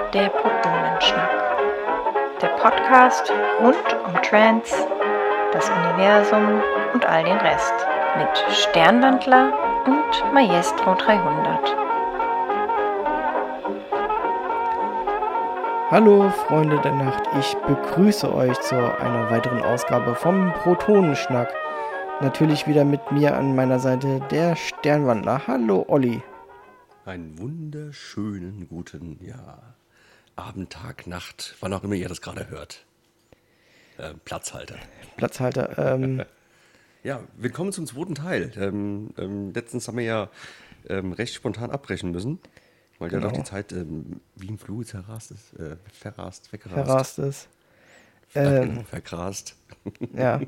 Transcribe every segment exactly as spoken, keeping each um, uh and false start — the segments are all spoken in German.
Der Protonenschnack. Der Podcast rund um Trance, das Universum und all den Rest. Mit Sternwandler und Maestro dreihundert. Hallo Freunde der Nacht, ich begrüße euch zu einer weiteren Ausgabe vom Protonenschnack. Natürlich wieder mit mir an meiner Seite der Sternwandler. Hallo Olli. Einen wunderschönen guten, ja, Abend, Tag, Nacht, wann auch immer ihr das gerade hört. Äh, Platzhalter. Platzhalter, ähm... Ja, willkommen zum zweiten Teil. Ähm, ähm, letztens haben wir ja ähm, recht spontan abbrechen müssen, weil genau. ja doch die Zeit ähm, wie im Flug zerrast ist, äh, verrast, weggerast. Verrast ist. Ja, Ähm, genau, vergrast. Ja.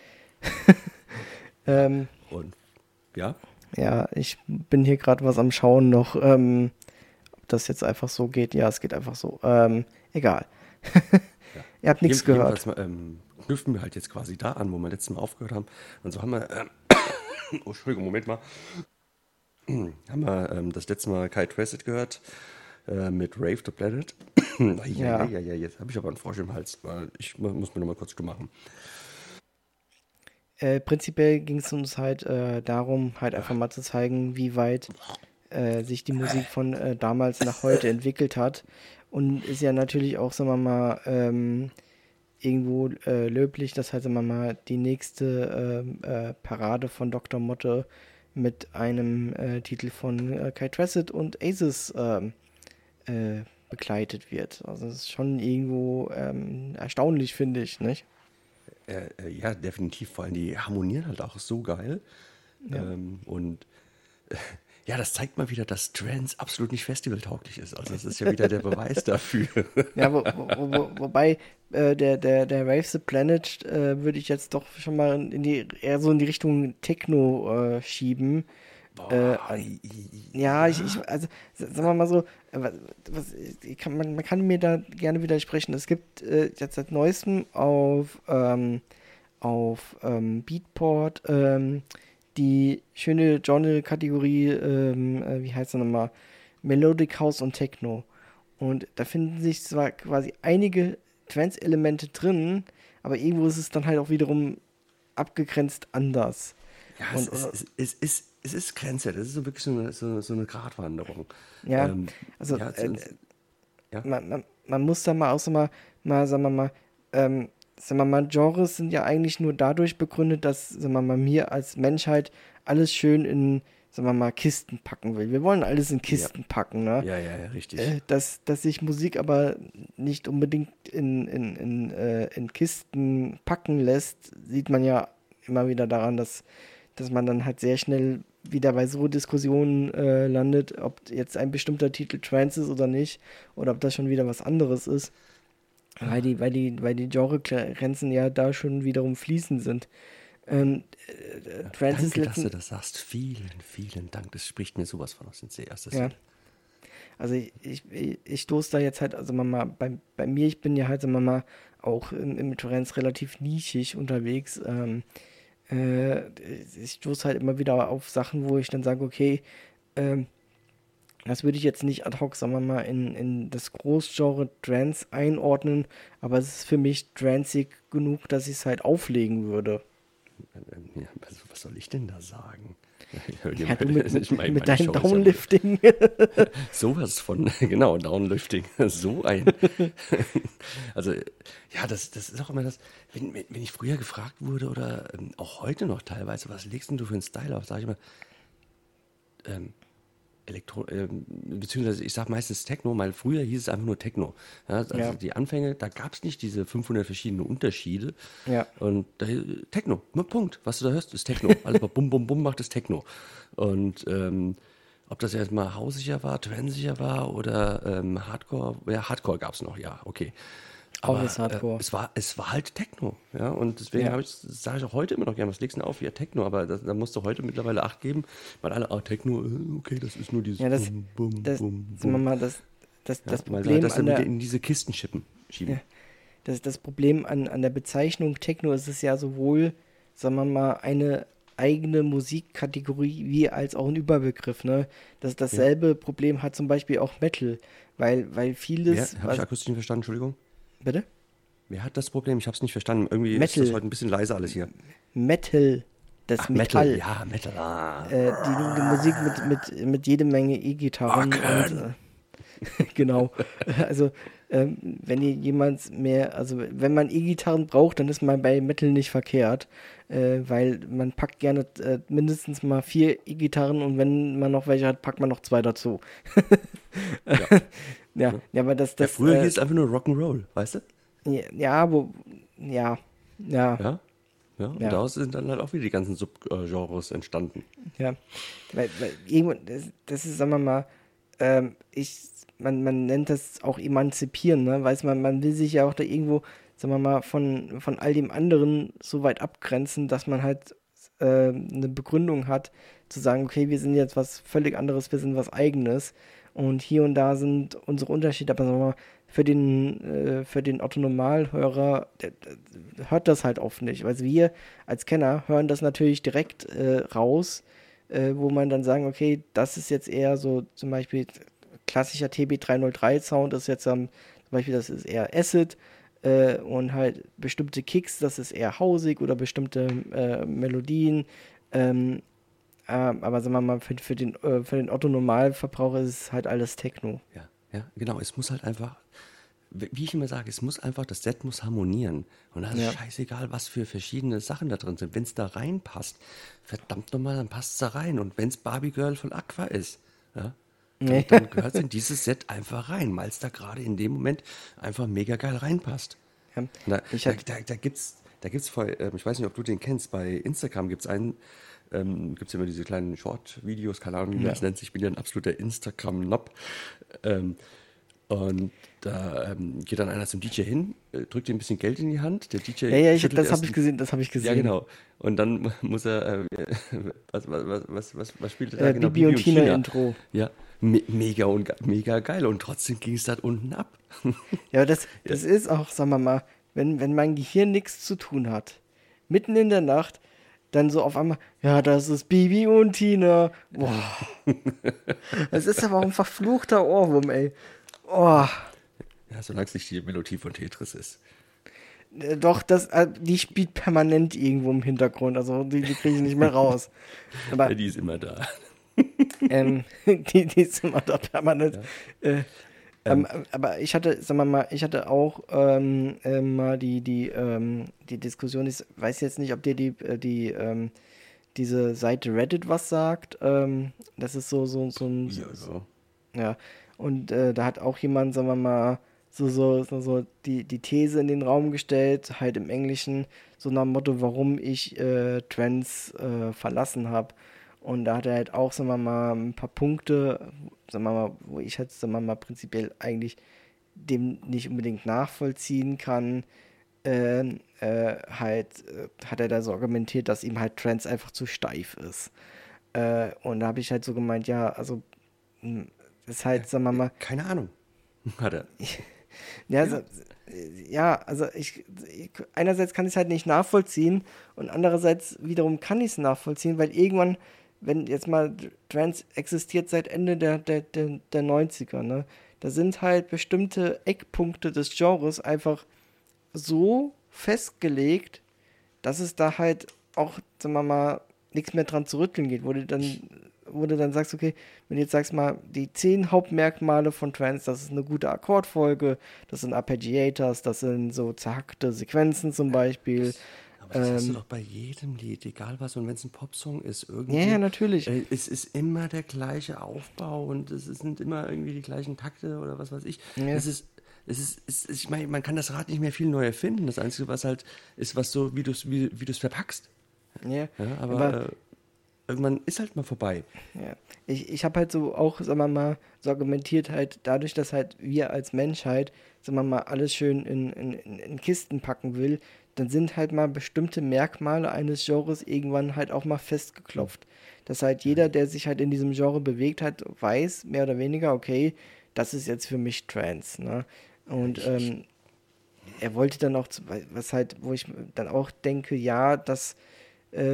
ähm, Und, ja? Ja, ich bin hier gerade was am Schauen noch, ähm, ob das jetzt einfach so geht. Ja, es geht einfach so. Ähm, egal. Ja. Ihr habt nichts Jeden, gehört. Mal, ähm, knüpfen wir halt jetzt quasi da an, wo wir letztes Mal aufgehört haben. Und so haben wir, ähm, oh, Entschuldigung, Moment mal, haben wir ähm, das letzte Mal Kai Tracid gehört äh, mit Rave the Planet. ja, ja, ja, ja, jetzt habe ich aber einen Frosch im Hals, weil ich muss mir noch mal kurz stumm machen. Äh, prinzipiell ging es uns halt äh, darum, halt einfach mal zu zeigen, wie weit äh, sich die Musik von äh, damals nach heute entwickelt hat. Und ist ja natürlich auch, sagen wir mal, ähm, irgendwo äh, löblich, dass halt, sagen wir mal, die nächste äh, äh, Parade von Doktor Motte mit einem äh, Titel von äh, Kai Tracid und Aces äh, äh, begleitet wird. Also das ist schon irgendwo ähm, erstaunlich, finde ich, nicht? Äh, äh, ja, definitiv. Vor allem, die harmonieren halt auch so geil. Ja. Ähm, und äh, ja, das zeigt mal wieder, dass Trance absolut nicht festivaltauglich ist. Also das ist ja wieder der Beweis dafür. Ja, wo, wo, wo, wobei äh, der, der, der Rave the Planet äh, würde ich jetzt doch schon mal in die, eher so in die Richtung Techno äh, schieben. Boah, äh, ja, ja, ich, ich, also sagen wir mal so, was, was, ich kann, man, man kann mir da gerne widersprechen. Es gibt äh, jetzt seit neuestem auf, ähm, auf ähm, Beatport ähm, die schöne Genre-Kategorie, ähm, äh, wie heißt sie nochmal, Melodic House und Techno. Und da finden sich zwar quasi einige Trance-Elemente drin, aber irgendwo ist es dann halt auch wiederum abgegrenzt anders. Ja, und, es, es, es, es, es ist Grenze, das ist so wirklich so eine, so, so eine Gratwanderung. Ja, ähm, also ja, äh, sonst, ja. Man, man, man muss da mal auch so mal, mal sagen wir mal, ähm, sagen wir mal, Genres sind ja eigentlich nur dadurch begründet, dass, sagen wir mal, mir als Menschheit alles schön in, sagen wir mal, Kisten packen will. Wir wollen alles in Kisten ja. packen, ne? Ja, ja, ja, richtig. Äh, dass, dass sich Musik aber nicht unbedingt in, in, in, äh, in Kisten packen lässt, sieht man ja immer wieder daran, dass, dass man dann halt sehr schnell wieder bei so Diskussionen äh, landet, ob jetzt ein bestimmter Titel Trance ist oder nicht, oder ob das schon wieder was anderes ist. Weil die, weil die, weil die Genre-Grenzen ja da schon wiederum fließend sind. Ähm, äh, Trance Danke, ist letzten, dass du das sagst. Vielen, vielen Dank. Das spricht mir sowas von aus ins erste ja. Sinn. Also ich, ich, ich stoße da jetzt halt, also mal, bei, bei mir, ich bin ja halt, sagen wir mal, auch im, im Trance relativ nischig unterwegs. Ähm, äh, ich stoße halt immer wieder auf Sachen, wo ich dann sage, okay, ähm, das würde ich jetzt nicht ad hoc, sagen wir mal, in, in das Großgenre Trance einordnen, aber es ist für mich tranceig genug, dass ich es halt auflegen würde. Ja, was, was soll ich denn da sagen? Ja, du mit, mit, ich mein, mit meine deinem Show ist Downlifting. Ja sowas von, genau, Downlifting. So ein. Also, ja, das, das ist auch immer das, wenn, wenn ich früher gefragt wurde oder ähm, auch heute noch teilweise, was legst denn du für einen Style auf, sage ich immer, ähm, Elektro, ähm, beziehungsweise ich sage meistens Techno, weil früher hieß es einfach nur Techno. Ja, also Ja. die Anfänge, da gab es nicht diese fünfhundert verschiedene Unterschiede. Ja. Und da, Techno, nur Punkt. Was du da hörst, ist Techno. Alles was bum, bum, bum macht, ist Techno. Und ähm, ob das jetzt mal haussicher war, transicher war oder ähm, Hardcore, ja, Hardcore gab es noch, ja, okay. Auch Aber ist Hardcore. Äh, es, war, es war halt Techno, ja, und deswegen Ja. habe ich, sage ich auch heute immer noch gerne, was legst du denn auf? Ja, Techno, aber das, da musst du heute mittlerweile Acht geben, weil alle, ah, Techno, äh, okay, das ist nur dieses Ja, das, Bum, Bum, das, Bum, sagen wir Bum. mal, das, das, Ja, das weil sie Problem halt das an dann der, in diese Kisten schippen, schieben. Ja. das, das Problem an, an der Bezeichnung Techno ist es ja sowohl, sagen wir mal, eine eigene Musikkategorie wie als auch ein Überbegriff, ne? Das, dasselbe ja. Problem hat zum Beispiel auch Metal, weil, weil vieles... Wer? Habe ich akustisch nicht verstanden, Entschuldigung? Bitte? Wer hat das Problem? Ich habe es nicht verstanden. Irgendwie Metal. ist das heute ein bisschen leiser alles hier. Metal, das Ach, Metall. Metal, ja, Metal. Ah. Äh, die, die Musik mit, mit, mit jede Menge E-Gitarren. Und, äh, genau. Also, ähm, wenn ihr jemand mehr, also wenn man E-Gitarren braucht, dann ist man bei Metal nicht verkehrt, äh, weil man packt gerne äh, mindestens mal vier E-Gitarren und wenn man noch welche hat, packt man noch zwei dazu. ja. ja, ja, aber das, das ja, früher äh, hieß es einfach nur Rock'n'Roll, weißt du? Ja, ja, wo, ja, ja. Ja, ja. Und ja. daraus sind dann halt auch wieder die ganzen Subgenres entstanden. Ja, weil, weil irgendwo, das, das ist, sagen wir mal, ähm, ich, man, man nennt das auch emanzipieren, ne? Weiß man, man will sich ja auch da irgendwo, sagen wir mal, von, von all dem anderen so weit abgrenzen, dass man halt äh, eine Begründung hat, zu sagen, okay, wir sind jetzt was völlig anderes, wir sind was Eigenes und hier und da sind unsere Unterschiede, aber sagen wir mal, für den, äh, für den Otto-Normalhörer der, der hört das halt oft nicht. Also wir als Kenner hören das natürlich direkt äh, raus, äh, wo man dann sagen, okay, das ist jetzt eher so zum Beispiel klassischer T B drei null drei Sound ist jetzt ähm, zum Beispiel, das ist eher Acid äh, und halt bestimmte Kicks, das ist eher hausig oder bestimmte äh, Melodien. Ähm, äh, aber sagen wir mal, für, für den, äh, für den Otto-Normalverbraucher ist es halt alles Techno. Ja, ja, genau. Es muss halt einfach, wie ich immer sage, es muss einfach, das Set muss harmonieren. Und das ist ja. scheißegal, was für verschiedene Sachen da drin sind. Wenn es da reinpasst, verdammt nochmal, dann passt es da rein. Und wenn es Barbie Girl von Aqua ist, ja, dann, dann gehört es in dieses Set einfach rein, weil es da gerade in dem Moment einfach mega geil reinpasst. Ja, da da, da, da gibt es, da gibt's voll, äh, ich weiß nicht, ob du den kennst, bei Instagram gibt es einen, ähm, gibt es immer diese kleinen Short-Videos, keine Ahnung, wie man das nennt. Ich bin ja ein absoluter Instagram-Nob. Ähm, und da ähm, geht dann einer zum D J hin, äh, drückt ihm ein bisschen Geld in die Hand. Der D J ja, ja, ich, das habe ich gesehen, das habe ich gesehen. Ja, genau. Und dann muss er, äh, was, was, was, was, was spielt er da? Äh, genau, Bibi und Tina, Tina Intro. Ja, me- mega und mega geil. Und trotzdem ging es da unten ab. Ja, aber das, das ja. ist auch, sagen wir mal, wenn, wenn mein Gehirn nichts zu tun hat, mitten in der Nacht, dann so auf einmal, ja, das ist Bibi und Tina. Boah. Das ist aber auch ein verfluchter Ohrwurm, ey. Oh. Ja, solange es nicht die Melodie von Tetris ist. Äh, doch, das, äh, die spielt permanent irgendwo im Hintergrund, also die, die kriege ich nicht mehr raus. Aber, ja, die ist immer da. ähm, die, die ist immer da permanent. Ja. Äh, ähm, ähm, aber ich hatte, sagen wir mal, ich hatte auch ähm, äh, mal die, die, ähm, die Diskussion, ich weiß jetzt nicht, ob dir die, die, ähm, diese Seite Reddit was sagt. Ähm, das ist so, so, so ein. Ja, so. Ja. Und äh, da hat auch jemand, sagen wir mal, so, so, so, so die, die These in den Raum gestellt, halt im Englischen, so nach dem Motto, warum ich äh, Trance äh, verlassen habe. Und da hat er halt auch, sagen wir mal, ein paar Punkte, sagen wir mal, wo ich halt, sagen wir mal, prinzipiell eigentlich dem nicht unbedingt nachvollziehen kann. Äh, äh, halt äh, hat er da so argumentiert, dass ihm halt Trance einfach zu steif ist. Äh, und da habe ich halt so gemeint, ja, also ist halt, sagen wir mal. Keine Ahnung. Hat er. Ja, also, ja, also ich, ich einerseits kann ich es halt nicht nachvollziehen und andererseits wiederum kann ich es nachvollziehen, weil irgendwann, wenn jetzt mal Trance existiert seit Ende der, der, der, der neunziger, ne, da sind halt bestimmte Eckpunkte des Genres einfach so festgelegt, dass es da halt auch, sagen wir mal, nichts mehr dran zu rütteln geht, wo du dann wo du dann sagst, okay, wenn du jetzt sagst mal, die zehn Hauptmerkmale von Trance, das ist eine gute Akkordfolge, das sind Arpeggiators, das sind so zerhackte Sequenzen zum Beispiel. Aber das ähm, hast du doch bei jedem Lied, egal was, und wenn es ein Popsong ist, irgendwie. Ja, ja, natürlich. Äh, es ist immer der gleiche Aufbau und es sind immer irgendwie die gleichen Takte oder was weiß ich. Ja. Es ist, es ist, es ist, ich meine, man kann das Rad nicht mehr viel neu erfinden. Das Einzige, was halt ist, was so, wie du es wie, wie verpackst. Ja, ja aber, aber äh, irgendwann ist halt mal vorbei. Ja, ich, ich habe halt so auch, sagen wir mal, so argumentiert halt, dadurch, dass halt wir als Menschheit, sagen wir mal, alles schön in, in, in Kisten packen will, dann sind halt mal bestimmte Merkmale eines Genres irgendwann halt auch mal festgeklopft. Dass halt jeder, der sich halt in diesem Genre bewegt hat, weiß, mehr oder weniger, okay, das ist jetzt für mich Trance, ne? Und ähm, er wollte dann auch, was halt, wo ich dann auch denke, ja, dass äh,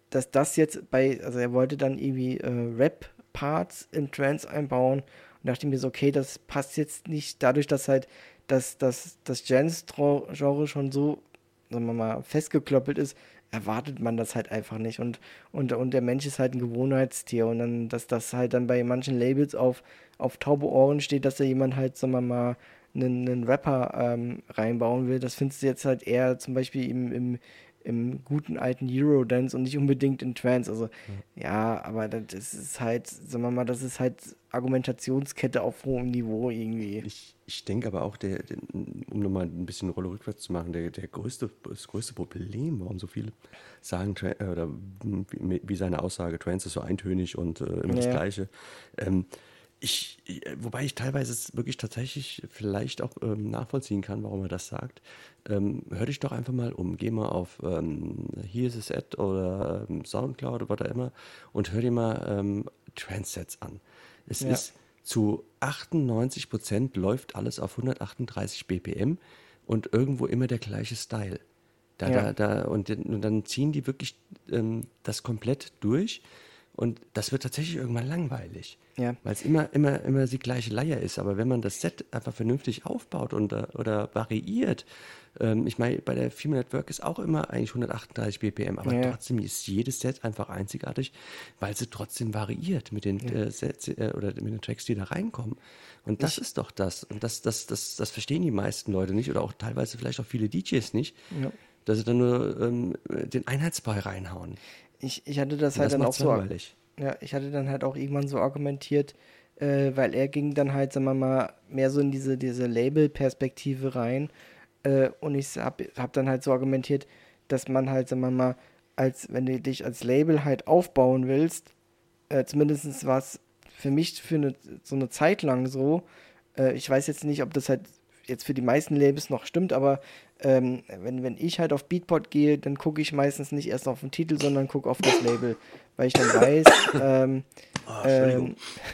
dass das jetzt bei, also er wollte dann irgendwie äh, Rap-Parts in Trance einbauen und dachte mir so, okay, das passt jetzt nicht, dadurch, dass halt das, das, das Dance-Genre schon so, sagen wir mal, festgeklöppelt ist, erwartet man das halt einfach nicht. Und, und, und der Mensch ist halt ein Gewohnheitstier. Und dann, dass das halt dann bei manchen Labels auf, auf taube Ohren steht, dass da jemand halt, sagen wir mal, einen, einen Rapper ähm, reinbauen will, das findest du jetzt halt eher zum Beispiel im, im, im guten alten Eurodance und nicht unbedingt in Trance. Also, ja, ja aber das ist halt, sagen wir mal, das ist halt Argumentationskette auf hohem Niveau irgendwie. Ich, ich denke aber auch, der, der, um nochmal ein bisschen Rolle rückwärts zu machen, der, der größte, das größte Problem, warum so viele sagen, oder wie, wie seine Aussage, Trance ist so eintönig und äh, immer ja. das Gleiche. Ähm, ich, wobei ich teilweise es wirklich tatsächlich vielleicht auch ähm, nachvollziehen kann, warum er das sagt. Ähm, hör dich doch einfach mal um. Geh mal auf ähm, Here's a Set oder ähm, Soundcloud oder was auch immer und hör dir mal ähm, Trance-Sets an. Es ja. ist zu achtundneunzig Prozent läuft alles auf hundertachtunddreißig B P M und irgendwo immer der gleiche Style. Da, ja. da, da, und, und dann ziehen die wirklich ähm, das komplett durch und das wird tatsächlich irgendwann langweilig. Ja. Weil es immer, immer, immer die gleiche Leier ist. Aber wenn man das Set einfach vernünftig aufbaut und, oder variiert, ähm, ich meine, bei der Female Network ist auch immer eigentlich hundertachtunddreißig B P M, aber ja. trotzdem ist jedes Set einfach einzigartig, weil sie trotzdem variiert mit den ja. äh, Sets äh, oder mit den Tracks, die da reinkommen. Und das ich, ist doch das. Und das, das, das, das verstehen die meisten Leute nicht oder auch teilweise vielleicht auch viele D Js nicht, ja. dass sie dann nur ähm, den Einheitsbrei reinhauen. Ich, ich hatte das und halt das dann auch so. Ja, ich hatte dann halt auch irgendwann so argumentiert, äh, weil er ging dann halt, sagen wir mal, mehr so in diese, diese Label-Perspektive rein. Äh, und ich hab, hab dann halt so argumentiert, dass man halt, sagen wir mal, als wenn du dich als Label halt aufbauen willst, äh, zumindest war es für mich für eine, so eine Zeit lang so, äh, ich weiß jetzt nicht, ob das halt jetzt für die meisten Labels noch stimmt, aber ähm, wenn, wenn ich halt auf Beatport gehe, dann gucke ich meistens nicht erst auf den Titel, sondern gucke auf das Label, weil ich dann weiß, ähm, oh, ähm,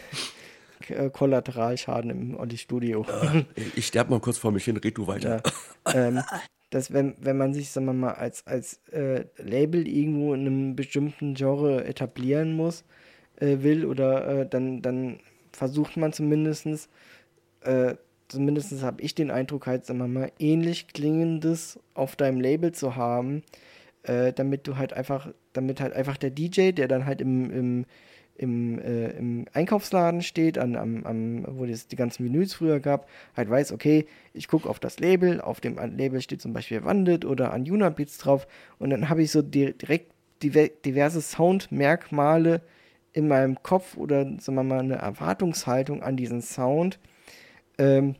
äh, Kollateralschaden im Olli-Studio. Äh, ich sterbe mal kurz vor mich hin, red du weiter. Ja, ähm, dass wenn, wenn man sich, sagen wir mal, als, als äh, Label irgendwo in einem bestimmten Genre etablieren muss, äh, will, oder äh, dann, dann versucht man zumindestens äh, zumindest habe ich den Eindruck, halt, sagen wir mal, ähnlich klingendes auf deinem Label zu haben, äh, damit du halt einfach, damit halt einfach der D J, der dann halt im, im, im, äh, im Einkaufsladen steht, an, am, am, wo es die ganzen Menüs früher gab, halt weiß, okay, ich gucke auf das Label, auf dem Label steht zum Beispiel Wandit oder Anjuna Beats drauf und dann habe ich so di- direkt diver- diverse Soundmerkmale in meinem Kopf oder, sagen wir mal, eine Erwartungshaltung an diesen Sound, Ähm,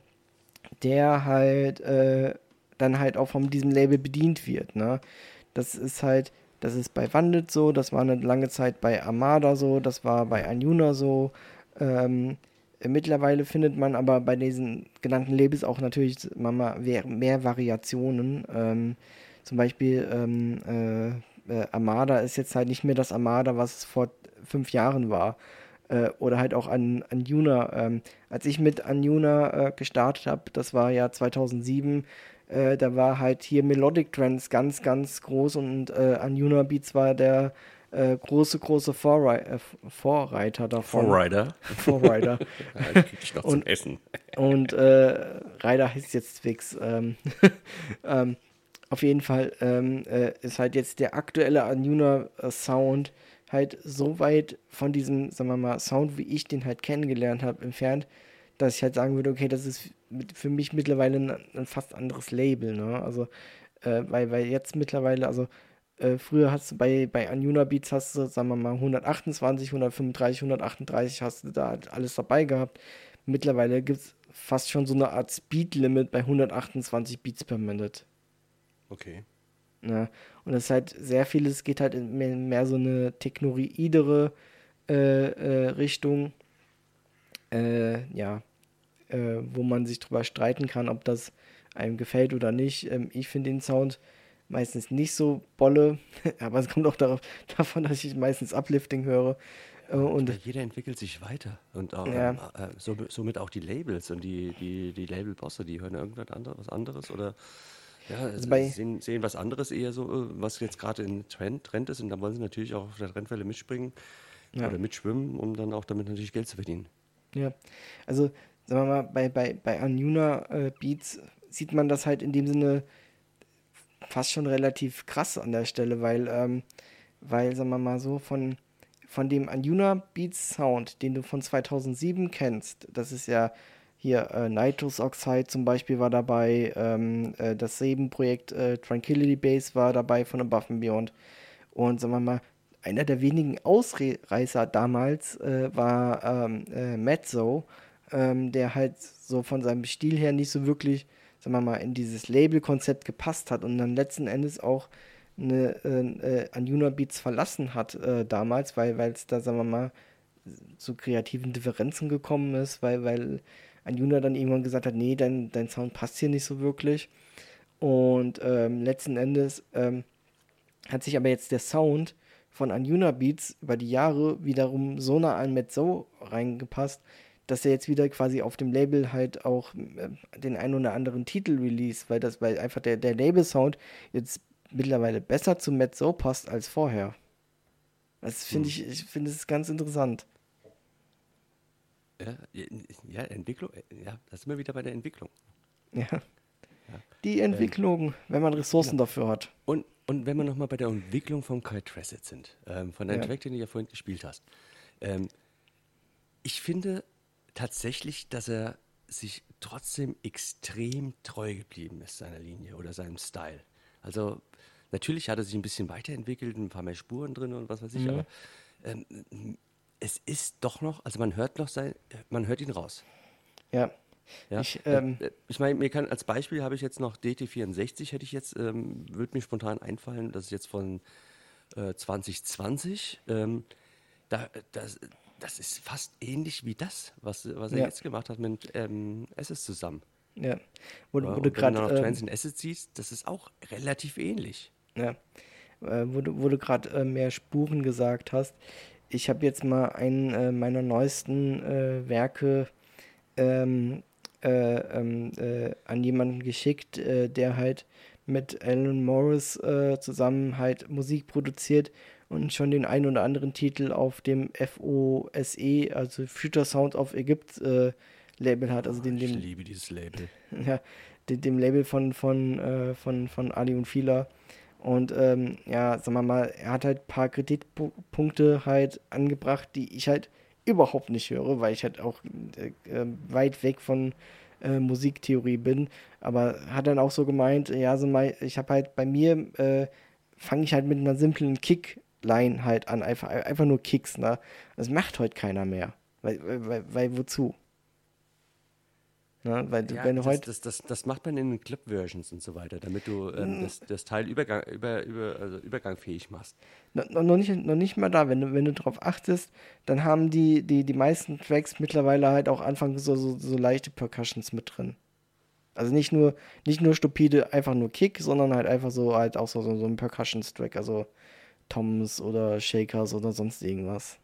der halt äh, dann halt auch von diesem Label bedient wird, ne? Das ist halt, das ist bei Wandit so, das war eine lange Zeit bei Armada so, das war bei Anjuna so. Ähm, mittlerweile findet man aber bei diesen genannten Labels auch natürlich mal mehr Variationen. Ähm, zum Beispiel ähm, äh, äh, Armada ist jetzt halt nicht mehr das Armada, was es vor fünf Jahren war. Äh, oder halt auch an Anjuna. Ähm, als ich mit Anjuna äh, gestartet habe, das war ja zweitausendsieben, äh, da war halt hier Melodic Trance ganz, ganz groß und äh, Anjuna Beats war der äh, große, große Vorrei- äh, Vorreiter davon. Vorrider. Vorrider. Ja, krieg ich noch und, zum Essen. Und äh, Rider heißt jetzt Twix. Ähm, ähm, auf jeden Fall ähm, äh, ist halt jetzt der aktuelle Anjuna äh, Sound halt so weit von diesem, sagen wir mal, Sound, wie ich den halt kennengelernt habe, entfernt, dass ich halt sagen würde, okay, das ist für mich mittlerweile ein, ein fast anderes Label, ne? Also, äh, weil, weil jetzt mittlerweile, also äh, früher hast du bei, bei Anjuna Beats hast du, sagen wir mal, hundertachtundzwanzig, hundertfünfunddreißig, hundertachtunddreißig hast du da halt alles dabei gehabt. Mittlerweile gibt es fast schon so eine Art Speed-Limit bei hundertachtundzwanzig Beats per Minute. Okay. Ja, und das ist halt sehr vieles geht halt in mehr, mehr so eine technoidere äh, äh, Richtung, äh, ja, äh, wo man sich drüber streiten kann, ob das einem gefällt oder nicht. Ähm, ich finde den Sound meistens nicht so bolle, aber es kommt auch darauf, davon, dass ich meistens Uplifting höre. Äh, und meine, jeder entwickelt sich weiter und auch, ja. ähm, äh, so, somit auch die Labels und die, die, die Labelbosse, die hören irgendwas anderes, was anderes oder Ja, Also bei, sehen, sehen was anderes eher so, äh, was jetzt gerade in Trend, Trend ist und da wollen sie natürlich auch auf der Trendwelle mitspringen ja, oder mitschwimmen, um dann auch damit natürlich Geld zu verdienen. ja. Also, sagen wir mal, bei, bei, bei Anjuna äh, Beats sieht man das halt in dem Sinne fast schon relativ krass an der Stelle, weil, ähm, weil, sagen wir mal so, von, von dem Anjuna Beats Sound, den du von zweitausendsieben kennst, das ist ja hier äh, Nitrous Oxide zum Beispiel war dabei, ähm, äh, das Seben-Projekt äh, Tranquility Base war dabei von Above and Beyond. Und sagen wir mal, einer der wenigen Ausreißer damals äh, war ähm, äh, Mezzo, ähm, der halt so von seinem Stil her nicht so wirklich, sagen wir mal, in dieses Label-Konzept gepasst hat und dann letzten Endes auch eine, äh, äh, Anjuna Beats verlassen hat äh, damals, weil es da, sagen wir mal, zu kreativen Differenzen gekommen ist, weil, weil Anjuna dann irgendwann gesagt hat, nee, dein, dein Sound passt hier nicht so wirklich. Und ähm, letzten Endes ähm, hat sich aber jetzt der Sound von Anjuna Beats über die Jahre wiederum so nah an Mezzo reingepasst, dass er jetzt wieder quasi auf dem Label halt auch äh, den einen oder anderen Titel release, weil das, weil einfach der, der Label-Sound jetzt mittlerweile besser zu Mezzo passt als vorher. Das finde ich, ich finde es ganz interessant. Ja, ja, Entwicklung, ja, da sind wir wieder bei der Entwicklung. Ja. Die Entwicklung, ähm, wenn man Ressourcen genau. dafür hat. Und, und wenn wir nochmal bei der Entwicklung von Kyle Tressett sind, ähm, von deinem Ja. Track, den du ja vorhin gespielt hast. Ähm, ich finde tatsächlich, dass er sich trotzdem extrem treu geblieben ist, seiner Linie oder seinem Style. Also natürlich hat er sich ein bisschen weiterentwickelt, ein paar mehr Spuren drin und was weiß ich, Mhm. aber ähm, es ist doch noch, also man hört noch sein, man hört ihn raus. Ja. Ja, ich ähm, äh, ich meine, mir kann als Beispiel habe ich jetzt noch D T vierundsechzig, hätte ich jetzt, ähm, würde mir spontan einfallen, das ist jetzt von äh, zwanzig zwanzig. Ähm, da, das, das ist fast ähnlich wie das, was, was er Ja. jetzt gemacht hat mit ähm, Acid zusammen. Ja. Wo, Ja, wo und du wenn gerade du noch ähm, Trance in Acid siehst, das ist auch relativ ähnlich. ja. äh, wo du, wo du gerade äh, mehr Spuren gesagt hast. Ich habe jetzt mal einen äh, meiner neuesten äh, Werke ähm, äh, ähm, äh, an jemanden geschickt, äh, der halt mit Alan Morris äh, zusammen halt Musik produziert und schon den einen oder anderen Titel auf dem F O S E, also Future Sound of Egypt äh, Label hat. Also den, Ich dem, liebe dieses Label. ja, dem, dem Label von, von, äh, von, von Ali und Fila. Und ähm, ja, sagen wir mal, er hat halt ein paar Kritikpunkte halt angebracht, die ich halt überhaupt nicht höre, weil ich halt auch äh, weit weg von äh, Musiktheorie bin. Aber hat dann auch so gemeint, ja, so mal, ich habe halt bei mir, äh, fange ich halt mit einer simplen Kickline halt an, einfach, einfach nur Kicks, ne? Das macht heute keiner mehr. Weil, weil, weil wozu? Ne? Weil, Ja, wenn du das, heute das, das, das macht man in den Club-Versions und so weiter, damit du ähm, das, das Teil übergang, über, über, also übergangfähig machst. No, noch, nicht, noch nicht mal da, wenn du, wenn du drauf achtest, dann haben die, die, die meisten Tracks mittlerweile halt auch anfangs so, so, so leichte Percussions mit drin. Also nicht nur, nicht nur stupide, einfach nur Kick, sondern halt einfach so halt auch so, so, so ein Percussions-Track, also Toms oder Shakers oder sonst irgendwas.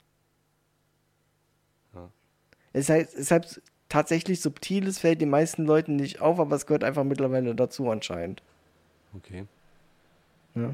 Ja. Es ist halt, es ist halt tatsächlich subtil, es fällt den meisten Leuten nicht auf, aber es gehört einfach mittlerweile dazu anscheinend. Okay. Ja.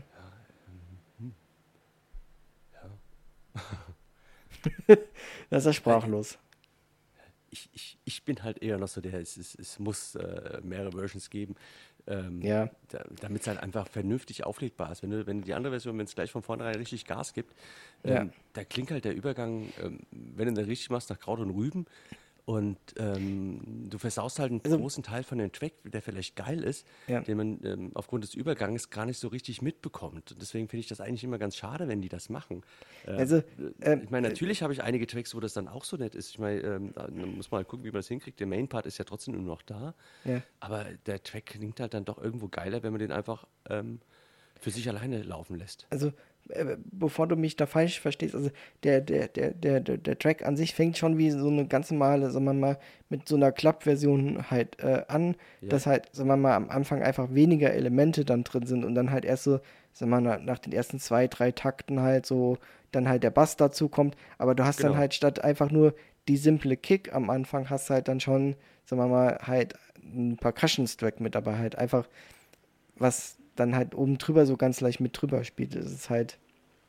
Das ist ja sprachlos. Ich, ich, ich bin halt eher noch so der, es, es, es muss äh, mehrere Versions geben, ähm, Ja. da, damit es halt einfach vernünftig auflegbar ist. Wenn du, wenn du die andere Version, wenn es gleich von vornherein richtig Gas gibt, ähm, Ja. da klingt halt der Übergang, ähm, wenn du den richtig machst, nach Kraut und Rüben. Und ähm, du versaust halt einen Also- großen Teil von dem Track, der vielleicht geil ist, Ja. den man ähm, aufgrund des Übergangs gar nicht so richtig mitbekommt. Und deswegen finde ich das eigentlich immer ganz schade, wenn die das machen. Äh, Also, ähm, ich meine, natürlich habe ich einige Tracks, wo das dann auch so nett ist. Ich meine, ähm, da muss man halt gucken, wie man das hinkriegt. Der Main-Part ist ja trotzdem nur noch da. Ja. Aber der Track klingt halt dann doch irgendwo geiler, wenn man den einfach ähm, für sich alleine laufen lässt. Also, äh, bevor du mich da falsch verstehst, also der, der, der, der, der, der Track an sich fängt schon wie so eine ganz normale, sagen wir mal, mit so einer Club-Version halt äh, an, Ja. dass halt, sagen wir mal, am Anfang einfach weniger Elemente dann drin sind und dann halt erst so, sagen wir mal, nach den ersten zwei, drei Takten halt so, dann halt der Bass dazu kommt, aber du hast dann Genau. halt statt einfach nur die simple Kick am Anfang, hast halt dann schon, sagen wir mal, halt einen Percussion-Track mit dabei, halt einfach was dann halt oben drüber so ganz leicht mit drüber spielt. Es ist halt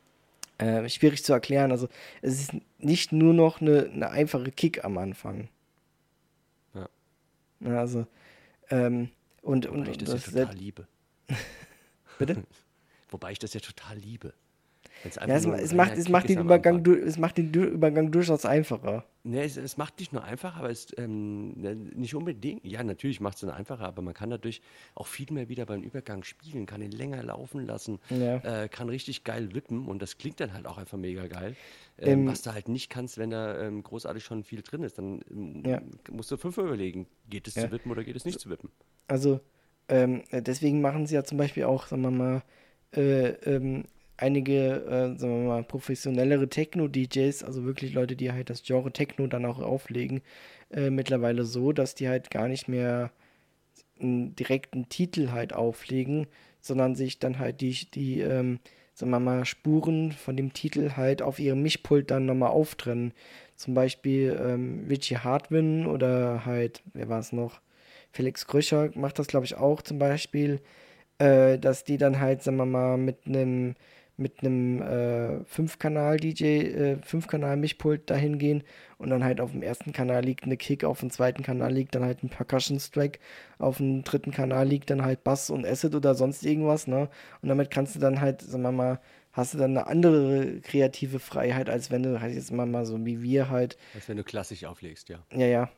äh, schwierig zu erklären. Also es ist nicht nur noch eine, eine einfache Kick am Anfang. Ja. Ja, also ähm, und, Wobei und, ich das, und das ja total liebe. Bitte? Wobei ich das ja total liebe. Ja, es, es, macht, es, macht den Übergang, es macht den Übergang durchaus einfacher. Ne, es, es macht nicht nur einfacher, aber es ähm, nicht unbedingt. Ja, natürlich macht es dann einfacher, aber man kann dadurch auch viel mehr wieder beim Übergang spielen, kann ihn länger laufen lassen, Ja. äh, kann richtig geil wippen und das klingt dann halt auch einfach mega geil. Ähm, Ähm, was du halt nicht kannst, wenn da ähm, großartig schon viel drin ist. Dann ähm, Ja. musst du fünfmal überlegen, geht es Ja. zu wippen oder geht es nicht zu wippen. Also ähm, deswegen machen sie ja zum Beispiel auch, sagen wir mal, äh, ähm, einige, äh, sagen wir mal, professionellere Techno-D Js, also wirklich Leute, die halt das Genre Techno dann auch auflegen, äh, mittlerweile so, dass die halt gar nicht mehr einen direkten Titel halt auflegen, sondern sich dann halt die, die ähm, sagen wir mal, Spuren von dem Titel halt auf ihrem Mischpult dann nochmal auftrennen. Zum Beispiel ähm, Richie Hardwin oder halt, wer war es noch? Felix Kröscher macht das, glaube ich, auch zum Beispiel, äh, dass die dann halt, sagen wir mal, mit einem mit einem äh, fünf-Kanal-D J, äh, fünf-Kanal-Mischpult dahin gehen und dann halt auf dem ersten Kanal liegt eine Kick, auf dem zweiten Kanal liegt dann halt ein Percussion-Track, auf dem dritten Kanal liegt dann halt Bass und Acid oder sonst irgendwas, ne? Und damit kannst du dann halt, sagen wir mal, hast du dann eine andere kreative Freiheit, als wenn du halt jetzt mal, mal so wie wir halt, Als wenn du klassisch auflegst, ja. ja, ja.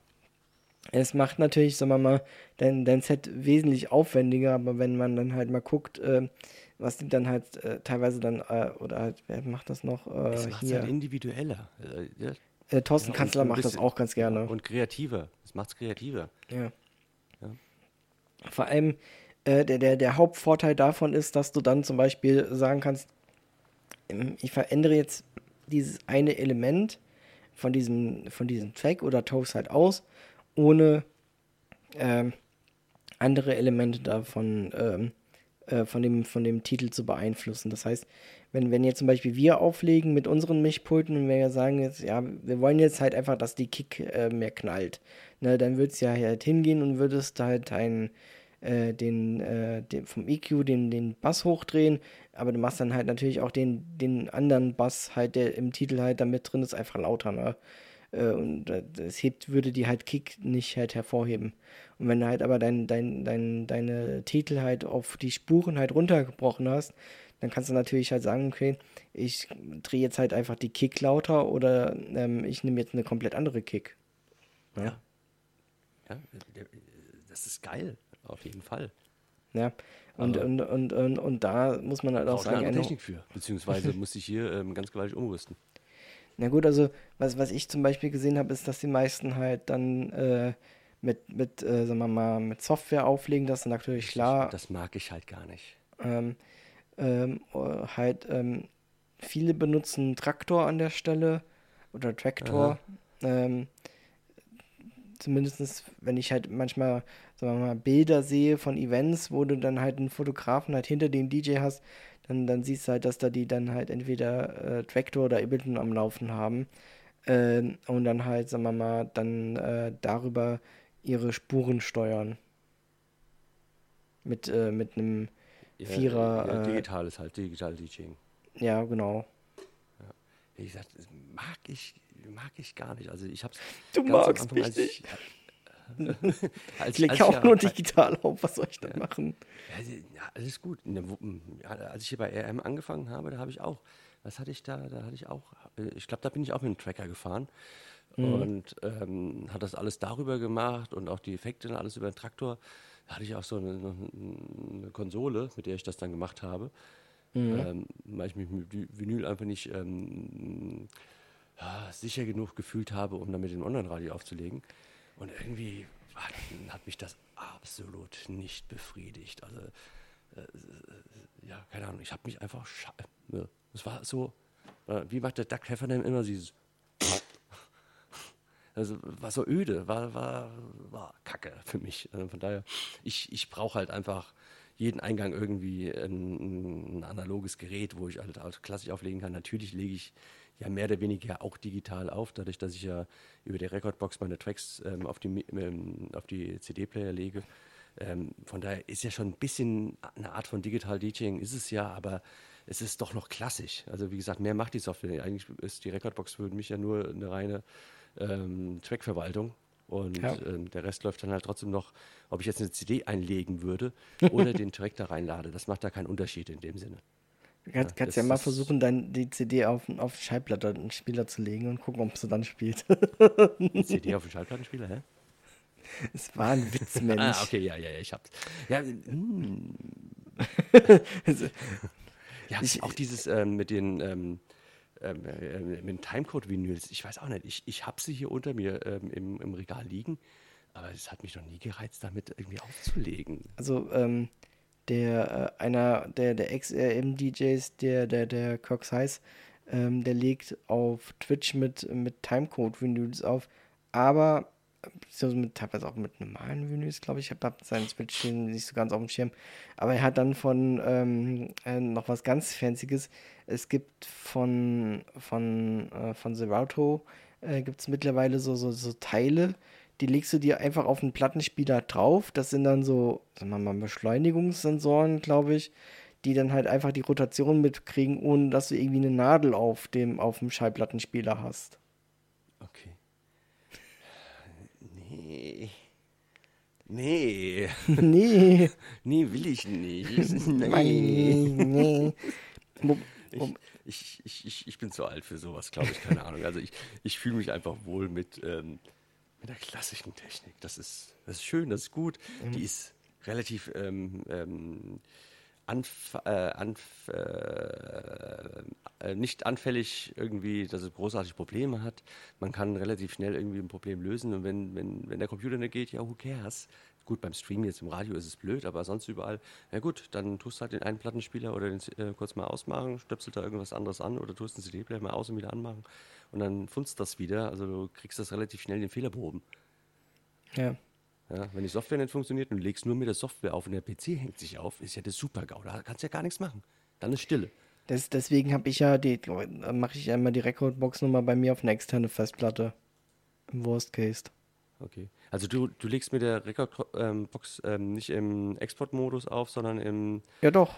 Es macht natürlich, sagen wir mal, dein, dein Set wesentlich aufwendiger, aber wenn man dann halt mal guckt, äh, was die dann halt äh, teilweise dann, äh, oder halt, wer macht das noch? Äh, Es macht es hier. halt individueller. Äh, ja, Äh, Thorsten ja, Kanzler und ein macht das bisschen- auch ganz gerne. Ja, und kreativer. Es macht es kreativer. Ja. Ja. Vor allem, äh, der, der, der Hauptvorteil davon ist, dass du dann zum Beispiel sagen kannst, ähm, ich verändere jetzt dieses eine Element von diesem, von diesem Track oder tausche halt aus, ohne ähm, andere Elemente davon ähm, äh, von dem, von dem Titel zu beeinflussen. Das heißt, wenn, wenn jetzt zum Beispiel wir auflegen mit unseren Mischpulten und wir sagen jetzt, ja, wir wollen jetzt halt einfach, dass die Kick äh, mehr knallt, ne, dann würdest du ja halt hingehen und würdest halt ein, äh, den, äh, den vom E Q den, den Bass hochdrehen, aber du machst dann halt natürlich auch den, den anderen Bass halt, der im Titel halt da mit drin ist, einfach lauter, ne? Äh, und äh, das hebt, würde die halt Kick nicht halt hervorheben. Und wenn du halt aber dein, dein, dein, deine Titel halt auf die Spuren halt runtergebrochen hast, dann kannst du natürlich halt sagen, okay, ich drehe jetzt halt einfach die Kick lauter oder ähm, ich nehme jetzt eine komplett andere Kick. Ja. Ja. Ja, der- das ist geil, auf jeden Fall. Ja. Und, Aber- und, und, und, und da muss man halt auch Braucht eine sagen, andere eine- Technik für. Beziehungsweise muss ich hier ähm, ganz gewaltig umrüsten. na gut, also was, was ich zum Beispiel gesehen habe, ist, dass die meisten halt dann äh, mit, mit äh, sagen wir mal, mit Software auflegen, das ist natürlich klar. Das mag ich halt gar nicht. Ähm, ähm, äh, halt ähm, viele benutzen Traktor an der Stelle oder Traktor. Ähm, zumindest wenn ich halt manchmal, sagen wir mal, Bilder sehe von Events, wo du dann halt einen Fotografen halt hinter dem D J hast, dann, dann siehst du halt, dass da die dann halt entweder äh, Traktor oder Ableton am Laufen haben. Ähm, und dann halt, sagen wir mal, dann äh, darüber ihre Spuren steuern. Mit, äh, mit einem Ja, Vierer, ja, äh, digital ist halt digital DJing. ja, genau. Wie gesagt, das mag ich, mag ich gar nicht. Also ich hab's Du ganz am magst Anfang, mich als ich, als, Ich lege als ja ich auch nur bei- digital auf, was soll ich da machen? Ja, ja, alles gut. Ne, wo- ja, als ich hier bei R M angefangen habe, da habe ich auch, was hatte ich da? Da hatte ich auch, äh, ich glaube, da bin ich auch mit dem Tracker gefahren und ähm, hat das alles darüber gemacht und auch die Effekte und alles über den Traktor. Da hatte ich auch so eine, noch eine Konsole, mit der ich das dann gemacht habe, ähm, weil ich mich mit Vi- Vinyl einfach nicht ähm, ja, sicher genug gefühlt habe, um damit den Online-Radio aufzulegen. Und irgendwie hat, hat mich das absolut nicht befriedigt. Also, äh, äh, ja, keine Ahnung, ich habe mich einfach, scha- ne, es war so, äh, wie macht der Doug Heffernan immer dieses, also war so öde, war, war, war kacke für mich. Also von daher, ich, ich brauche halt einfach jeden Eingang irgendwie ein, ein analoges Gerät, wo ich halt, halt klassisch auflegen kann. Natürlich lege ich ja mehr oder weniger auch digital auf, dadurch, dass ich ja über die Recordbox meine Tracks ähm, auf die, Mi- ähm, auf die C D-Player lege. Ähm, von daher ist ja schon ein bisschen eine Art von Digital DJing, ist es ja, aber es ist doch noch klassisch. Also wie gesagt, mehr macht die Software. Eigentlich ist die Recordbox für mich ja nur eine reine ähm, Trackverwaltung. Und Ja. ähm, der Rest läuft dann halt trotzdem noch, ob ich jetzt eine C D einlegen würde oder den Track da reinlade. Das macht da keinen Unterschied in dem Sinne. Du kannst, kannst das- ja mal das- versuchen, dann die C D auf, auf den Schallplatte, einen Spieler zu legen und gucken, ob sie dann spielt. Eine C D auf dem Schallplattenspieler, hä? Es war ein Witz, Mensch. Ah, okay, ja, ja, ja, ich hab's. Ja, mm, ja Ich- auch dieses ähm, mit den ähm, ähm, äh, mit den Timecode-Vinyls, ich weiß auch nicht, ich, ich habe sie hier unter mir ähm, im, im Regal liegen, aber es hat mich noch nie gereizt, damit irgendwie aufzulegen. Also, ähm, der, äh, einer der, der Ex-R M-D Js, der, der, der Cox heißt, ähm, der legt auf Twitch mit, mit Timecode-Vinyls auf, aber beziehungsweise mit, teilweise auch mit normalen Vinyls, glaube ich. Ich habe seinen Twitch nicht so ganz auf dem Schirm. Aber er hat dann von ähm, äh, noch was ganz Fancyes. Es gibt von, von, äh, von Serato äh, gibt es mittlerweile so, so, so Teile, die legst du dir einfach auf einen Plattenspieler drauf. Das sind dann so, sagen wir mal, Beschleunigungssensoren, glaube ich, die dann halt einfach die Rotation mitkriegen, ohne dass du irgendwie eine Nadel auf dem, auf dem Schallplattenspieler hast. Okay. Nee. Nee. Nee. Nee, will ich nicht. Nee, nee. Wo, wo, Ich, ich, ich, ich bin zu alt für sowas, glaube ich, keine Ahnung. Also ich, ich fühle mich einfach wohl mit, ähm, mit der klassischen Technik. Das ist, das ist schön, das ist gut. Mhm. Die ist relativ ähm, ähm, anf äh, anf äh, äh, nicht anfällig irgendwie, dass es großartig Probleme hat. Man kann relativ schnell irgendwie ein Problem lösen und wenn, wenn, wenn der Computer nicht geht, ja, who cares? Gut, beim Stream jetzt im Radio ist es blöd, aber sonst überall, ja gut, dann tust du halt den einen Plattenspieler oder den äh, kurz mal ausmachen, stöpselt da irgendwas anderes an oder tust den C D-Player mal aus und wieder anmachen und dann funzt das wieder. Also du kriegst das relativ schnell den Fehler behoben. ja. Ja, wenn die Software nicht funktioniert und du legst nur mit der Software auf und der P C hängt sich auf, ist ja das Super-GAU. Da kannst du ja gar nichts machen. Dann ist Stille. Das, deswegen habe ich ja die, mache ich einmal die Recordbox-Nummer bei mir auf eine externe Festplatte. Im Worst Case. Okay. Also du, du legst mit der Recordbox ähm, nicht im Export-Modus auf, sondern im... Ja, doch.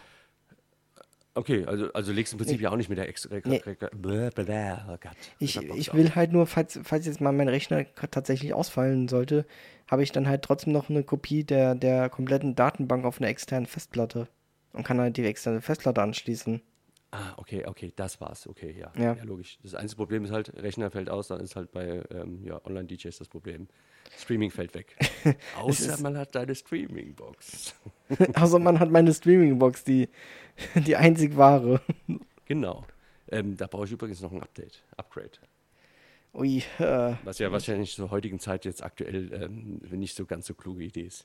Okay, also, also legst im Prinzip Nee. ja auch nicht mit der Ex Rec Nee. Rec Bläh, bläh, bläh, oh Gott. Ich, Recordbox ich auf. will halt nur, falls, falls jetzt mal mein Rechner k- tatsächlich ausfallen sollte, habe ich dann halt trotzdem noch eine Kopie der, der kompletten Datenbank auf einer externen Festplatte. Und kann halt die externe Festplatte anschließen. Ah, okay, okay, das war's. Okay, ja. Ja. Ja, logisch. Das einzige Problem ist halt, Rechner fällt aus, dann ist halt bei ähm, ja, Online-D Js das Problem. Streaming fällt weg. Außer man hat deine Streaming-Box. Also man hat meine Streaming-Box, die, die einzig wahre. Genau. Ähm, da brauche ich übrigens noch ein Update, Upgrade. Ui, äh, Was ja wahrscheinlich zur heutigen Zeit jetzt aktuell ähm, nicht so ganz so kluge Idee ist.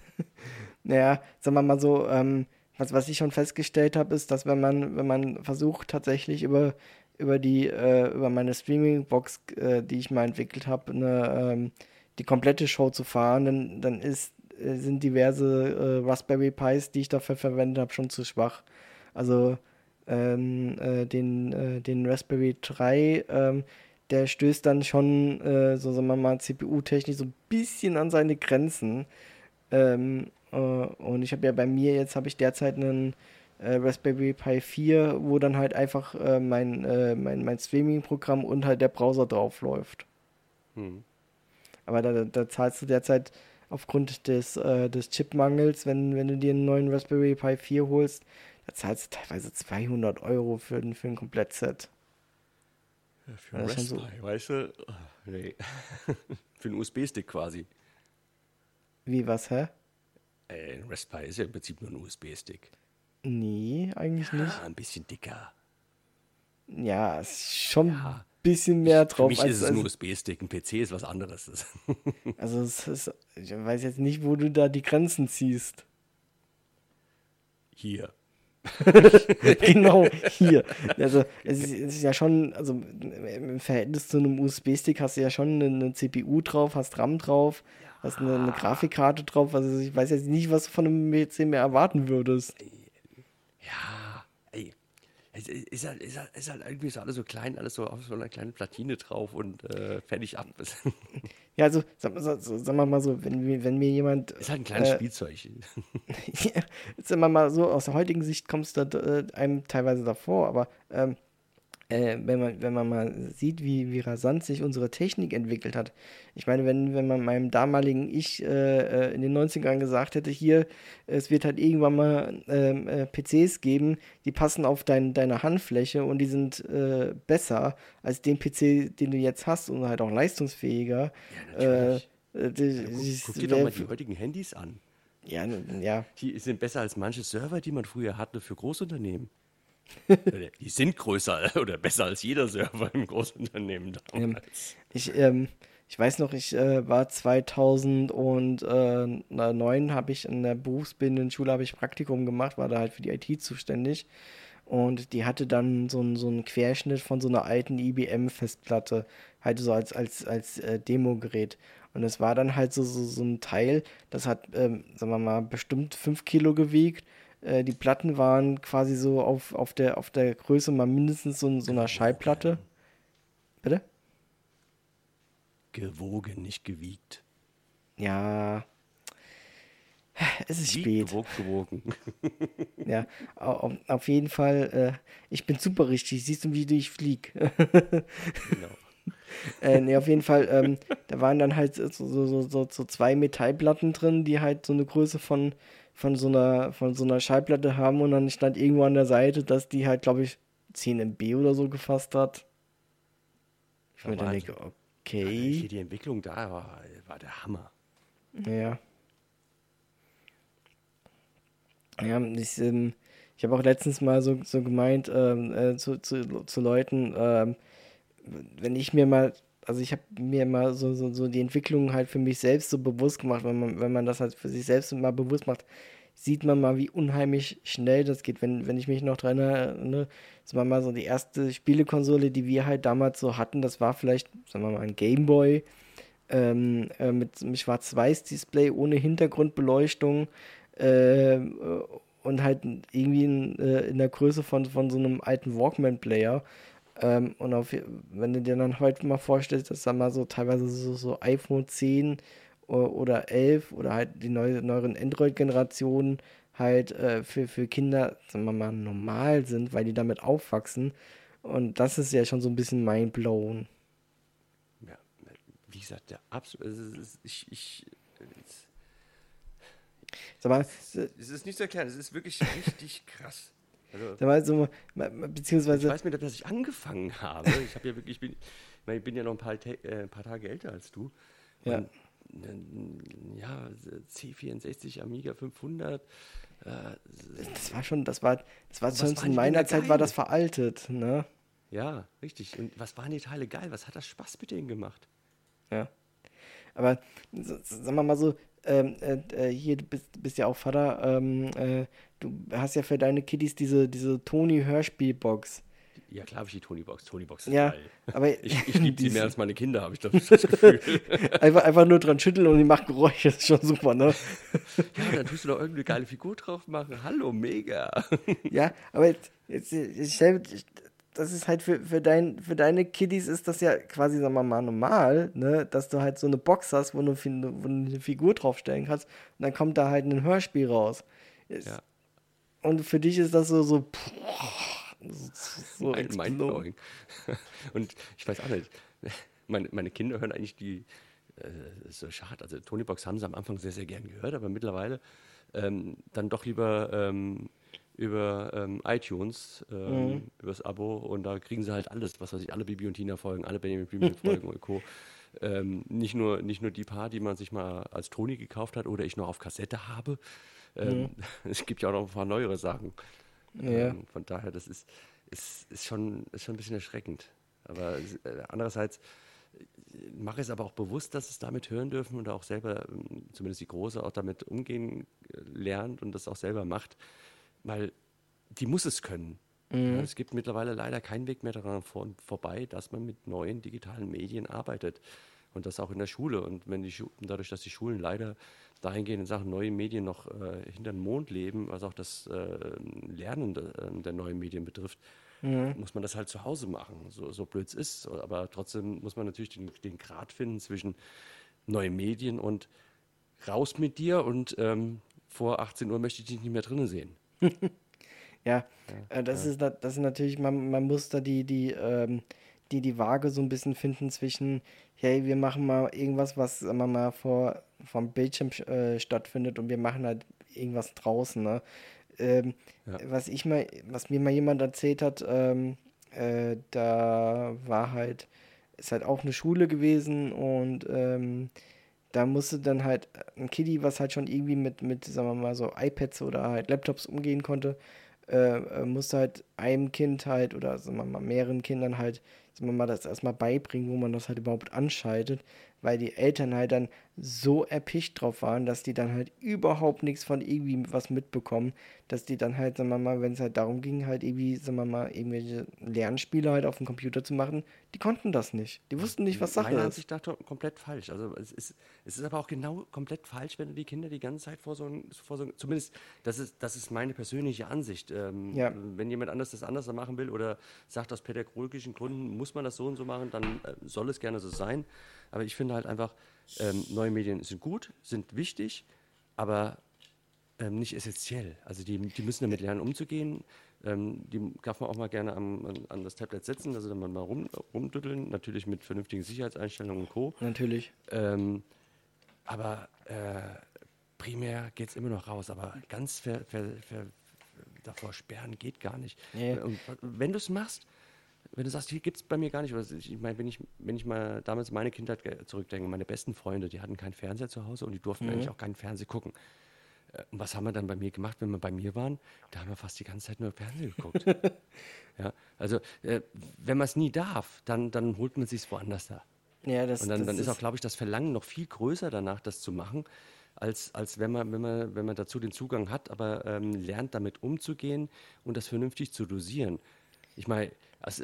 naja, sagen wir mal so, ähm, was, was ich schon festgestellt habe, ist, dass wenn man, wenn man versucht, tatsächlich über, über die, äh, über meine Streaming-Box, äh, die ich mal entwickelt habe, eine, ähm, die komplette Show zu fahren, dann, dann ist, äh, sind diverse äh, Raspberry Pis, die ich dafür verwendet habe, schon zu schwach. Also ähm, äh, den, äh, den Raspberry drei, ähm, der stößt dann schon, äh, so sagen wir mal, C P U-technisch so ein bisschen an seine Grenzen. Ähm, äh, und ich habe ja bei mir jetzt, habe ich derzeit einen äh, Raspberry Pi vier, wo dann halt einfach äh, mein, äh, mein, mein Streaming-Programm und halt der Browser drauf läuft. Hm. Aber da, da zahlst du derzeit aufgrund des, äh, des Chipmangels, wenn, wenn du dir einen neuen Raspberry Pi vier holst, da zahlst du teilweise zweihundert Euro für, ein- für ein Komplettset. Für Ja, einen das ist schon Raspberry, weißt du? Oh, nee. Für einen U S B-Stick quasi. Wie, was, hä? Äh, ein Raspberry ist ja im Prinzip nur ein U S B-Stick. Nee, eigentlich nicht. Ah, ein bisschen dicker. Ja, es ist schon Ja. ein bisschen mehr Für drauf. mich als, ist es ein als, U S B-Stick, ein P C ist was anderes. also es ist, ich weiß jetzt nicht, wo du da die Grenzen ziehst. Hier. Genau, hier. Also es ist, es ist ja schon, also im Verhältnis zu einem U S B-Stick hast du ja schon eine, eine C P U drauf, hast RAM drauf, hast eine, eine Grafikkarte drauf. Also ich weiß jetzt nicht, was du von einem P C mehr erwarten würdest. Ja, ey. Es ist halt, ist, halt, ist halt irgendwie so alles so klein, alles so auf so einer kleinen Platine drauf und äh, fertig ab. Ja, also, sag, sag, sagen wir mal so, wenn, wir- wenn mir jemand, Ist halt ein kleines äh, Spielzeug. ja, sagen wir mal so, aus der heutigen Sicht kommst du da, äh, einem teilweise davor, aber ähm, äh, wenn man, wenn man mal sieht, wie, wie rasant sich unsere Technik entwickelt hat. Ich meine, wenn, wenn man meinem damaligen Ich äh, äh, in den neunzigern gesagt hätte, hier, es wird halt irgendwann mal ähm, äh, P Cs geben, die passen auf dein, deine Handfläche und die sind äh, besser als den P C, den du jetzt hast und halt auch leistungsfähiger. Ja, Äh, natürlich. äh, das, Also, guck, guck dir das doch wär mal die f- heutigen Handys an. ja, n- ja, Die sind besser als manche Server, die man früher hatte für Großunternehmen. Oder die sind größer oder besser als jeder Server im Großunternehmen ähm, damals. ich, ähm, ich weiß noch, ich äh, war zweitausendneun, habe ich in der berufsbildenden Schule habe ich Praktikum gemacht, war da halt für die I T zuständig. Und die hatte dann so einen so einen Querschnitt von so einer alten I B M-Festplatte, halt so als, als, als äh, Demo-Gerät. Und es war dann halt so, so, so ein Teil, das hat, ähm, sagen wir mal, bestimmt fünf Kilo gewiegt. Äh, die Platten waren quasi so auf, auf der, auf der Größe mal mindestens so, so einer Schallplatte. Gewogen. Bitte? Gewogen, nicht gewiegt. Ja, es ist Wiegt, spät. gewogen, gewogen. Ja, auf, auf jeden Fall, äh, ich bin super richtig. Siehst du, wie ich flieg? Genau. Äh, nee, auf jeden Fall, ähm, da waren dann halt so, so, so, so, so zwei Metallplatten drin, die halt so eine Größe von, von so einer, von so einer Schallplatte haben und dann stand irgendwo an der Seite, dass die halt, glaube ich, zehn Megabyte oder so gefasst hat. Ich Ja, mir dann Wahnsinn. denke, Ja, okay, hier die Entwicklung da war, war der Hammer. ja. Ja, ich, ähm, ich habe auch letztens mal so, so gemeint ähm, äh, zu, zu, zu Leuten, ähm, wenn ich mir mal, also ich habe mir mal so, so, so die Entwicklung halt für mich selbst so bewusst gemacht, wenn man, wenn man das halt für sich selbst mal bewusst macht, sieht man mal, wie unheimlich schnell das geht. Wenn, wenn ich mich noch dran erinnere, das war mal so die erste Spielekonsole, die wir halt damals so hatten, das war vielleicht, sagen wir mal, ein Gameboy ähm, äh, mit, mit Schwarz-Weiß-Display ohne Hintergrundbeleuchtung äh, und halt irgendwie in, äh, in der Größe von, von so einem alten Walkman-Player. Ähm, und auf, wenn du dir dann heute mal vorstellst, dass da mal so teilweise so, so iPhone zehn o- oder elf oder halt die neu, neueren Android-Generationen halt äh, für, für Kinder, sagen wir mal, normal sind, weil die damit aufwachsen. Und das ist ja schon so ein bisschen mindblown. Ja, wie gesagt, der absolut. Ich, ich, es, Sag mal, es ist nicht zu erklären, es ist wirklich richtig krass. Also, sag mal so, ich beziehungsweise, weiß mir, dass ich angefangen habe. Ich habe ja wirklich, ich bin, ich meine, ich bin ja noch ein paar, Ta- äh, ein paar Tage älter als du. ja. Und, äh, ja, C vierundsechzig, Amiga fünfhundert. Äh, Das war schon, das war, das war was schon waren in die meiner Dinger Zeit war geil? das veraltet, ne? ja, richtig. Und was waren die Teile geil? Was hat das Spaß mit denen gemacht? Ja. Aber s- s- sagen wir mal so, ähm, äh, äh, hier, du bist, bist ja auch Vater, ähm, äh, du hast ja für deine Kiddies diese, diese Tony-Hörspielbox. Ja, klar habe ich die Tony-Box. Tony-Box ist Ja, geil. aber Ich, ich liebe sie die mehr ist- als meine Kinder, habe ich das, das Gefühl. einfach, einfach nur dran schütteln und die macht Geräusche, das ist schon super, ne? Ja, dann tust du doch irgendeine geile Figur drauf machen. Hallo, mega. Ja, aber jetzt, jetzt, ich stell, das ist halt für, für, dein, für deine Kiddies ist das ja quasi, sagen wir mal, normal, ne, dass du halt so eine Box hast, wo du, fi- wo du eine Figur draufstellen kannst und dann kommt da halt ein Hörspiel raus. Es- Ja, Und für dich ist das so, so, so, so ein explode. Mindblowing. Und ich weiß auch nicht, meine, meine Kinder hören eigentlich die, äh, ist so schade, also Tonybox haben sie am Anfang sehr, sehr gern gehört, aber mittlerweile ähm, dann doch lieber ähm, über ähm, iTunes, ähm, Mhm. übers Abo und da kriegen sie halt alles, was weiß ich, alle Bibi und Tina Folgen, alle Benjamin Blümchen Folgen und Co. Ähm, nicht nur, nicht nur die paar, die man sich mal als Toni gekauft hat oder ich noch auf Kassette habe. Ähm, Es gibt ja auch noch ein paar neuere Sachen. Ja. Ähm, von daher, das ist, ist, ist, schon, ist schon ein bisschen erschreckend. Aber es- äh, andererseits äh, mache ich es aber auch bewusst, dass es damit hören dürfen und auch selber, ähm, zumindest die Große, auch damit umgehen äh, lernt und das auch selber macht, weil die muss es können. Ja, es gibt mittlerweile leider keinen Weg mehr daran vor, vorbei, dass man mit neuen digitalen Medien arbeitet. Und das auch in der Schule. Und wenn die Schu dadurch, dass die Schulen leider dahingehend in Sachen neue Medien noch äh, hinter den Mond leben, was auch das äh, Lernen de, äh, der neuen Medien betrifft, Mhm. muss man das halt zu Hause machen, so, so blöd es ist. Aber trotzdem muss man natürlich den, den Grat finden zwischen neuen Medien und raus mit dir und ähm, vor achtzehn Uhr möchte ich dich nicht mehr drinnen sehen. Ja, äh, das ist na- das ist natürlich, man, man muss da die, die, ähm, die, die Waage so ein bisschen finden zwischen, hey, wir machen mal irgendwas, was sagen wir mal vor vom Bildschirm äh, stattfindet und wir machen halt irgendwas draußen, ne? Ähm, Ja. was ich mal, was mir mal jemand erzählt hat, ähm, äh, da war halt, ist halt auch eine Schule gewesen und ähm, da musste dann halt ein Kiddie, was halt schon irgendwie mit, mit, sagen wir mal, so iPads oder halt Laptops umgehen konnte, äh, äh, musste halt einem Kind halt oder sagen wir mal mehreren Kindern halt, sagen wir mal, das erstmal beibringen, wo man das halt überhaupt anschaltet, weil die Eltern halt dann so erpicht drauf waren, dass die dann halt überhaupt nichts von irgendwie was mitbekommen, dass die dann halt, sagen wir mal, wenn es halt darum ging, halt irgendwie, sagen wir mal, irgendwelche Lernspiele halt auf dem Computer zu machen, die konnten das nicht. Die wussten nicht, was Sache Meiner ist. Ansicht nach doch komplett falsch. Also es ist, es ist aber auch genau komplett falsch, wenn du die Kinder die ganze Zeit vor so ein, vor so ein zumindest, das ist, das ist meine persönliche Ansicht. Ähm, Ja. wenn jemand anders das anders machen will oder sagt, aus pädagogischen Gründen muss man das so und so machen, dann äh, soll es gerne so sein. Aber ich finde halt einfach, ähm, neue Medien sind gut, sind wichtig, aber ähm, nicht essentiell. Also die, die müssen damit lernen, umzugehen. Ähm, die darf man auch mal gerne am, an, an das Tablet setzen, also dann mal rum, rumdütteln, natürlich mit vernünftigen Sicherheitseinstellungen und Co. Natürlich. Ähm, aber äh, primär geht es immer noch raus, aber ganz ver, ver, ver, davor sperren geht gar nicht. Nee. Und wenn du es machst, wenn du sagst, hier gibt es bei mir gar nicht, was ich meine, wenn ich, wenn ich mal damals meine Kindheit ge- zurückdenke, meine besten Freunde, die hatten keinen Fernseher zu Hause und die durften eigentlich auch keinen Fernseher gucken. Äh, Und was haben wir dann bei mir gemacht, wenn wir bei mir waren? Da haben wir fast die ganze Zeit nur Fernsehen geguckt. Ja, also äh, wenn man es nie darf, dann, dann holt man sich woanders da. Ja, das, Und dann, das dann ist ist, auch, glaube ich, das Verlangen noch viel größer danach, das zu machen, als, als wenn man, wenn man, wenn man dazu den Zugang hat, aber ähm, lernt, damit umzugehen und das vernünftig zu dosieren. Ich meine, also,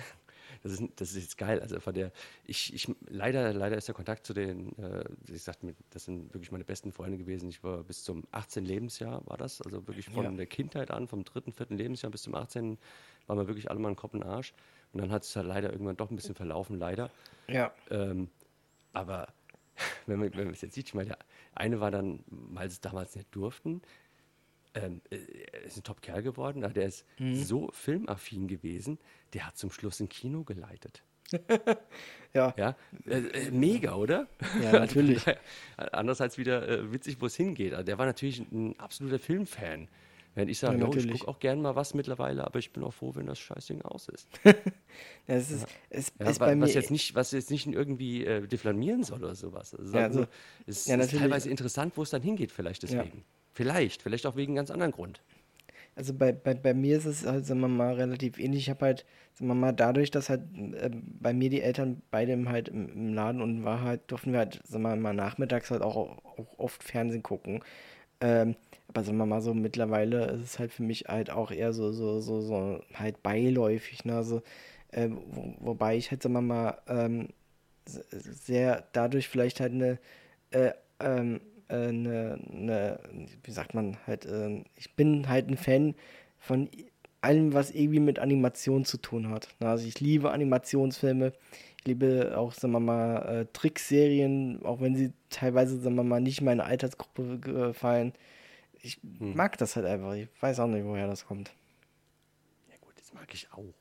das ist, das ist jetzt geil. Also von der, ich, ich, leider, leider ist der Kontakt zu den, äh, ich sag, mit, das sind wirklich meine besten Freunde gewesen. Ich war bis zum achtzehnten Lebensjahr war das, also wirklich von Ja. der Kindheit an, vom dritten, vierten Lebensjahr bis zum achtzehnten waren wir wirklich alle mal einen Kopf und Arsch. Und dann hat es halt leider irgendwann doch ein bisschen verlaufen, leider. ja. Ähm, aber wenn man, wenn man es jetzt sieht, ich meine, der eine war dann, weil sie es damals nicht durften, ähm, äh, er ist ein Top-Kerl geworden, aber der ist so filmaffin gewesen, der hat zum Schluss ein Kino geleitet. Ja, Ja, äh, äh, mega, oder? Ja, Also natürlich. von daher, andererseits wieder äh, witzig, wo es hingeht. Also der war natürlich ein absoluter Filmfan. Während ich sage, Ja, jo, ich natürlich. gucke auch gern mal was mittlerweile, aber ich bin auch froh, wenn das Scheißding aus ist. ja, es ist, es Ja, ist wa- bei was mir, jetzt nicht, was jetzt nicht irgendwie äh, diffamieren soll oder sowas. Also, Ja, sagen also- nur, es ja, ist natürlich. teilweise interessant, wo es dann hingeht, vielleicht deswegen. Vielleicht, vielleicht auch wegen einem ganz anderen Grund. also bei, bei, bei mir ist es halt, sagen wir mal, relativ ähnlich. Ich habe halt, sagen wir mal, dadurch, dass halt äh, bei mir die Eltern beide halt im, im Laden und war halt, durften wir halt, sagen wir mal, nachmittags halt auch, auch oft Fernsehen gucken. Ähm, aber sagen wir mal so, mittlerweile ist es halt für mich halt auch eher so, so, so, so halt beiläufig, ne? Also, ähm, wo, wobei ich halt, sagen wir mal, ähm, s- sehr dadurch vielleicht halt eine, äh, ähm, äh, eine, eine, wie sagt man halt, äh, ich bin halt ein Fan von allem, was irgendwie mit Animation zu tun hat. Ne? Also ich liebe Animationsfilme, ich liebe auch, sagen wir mal, äh, Trickserien, auch wenn sie teilweise, sagen wir mal, nicht in meine Altersgruppe ge- fallen. Ich mag das halt einfach. Ich weiß auch nicht, woher das kommt. Ja gut, das mag ich auch.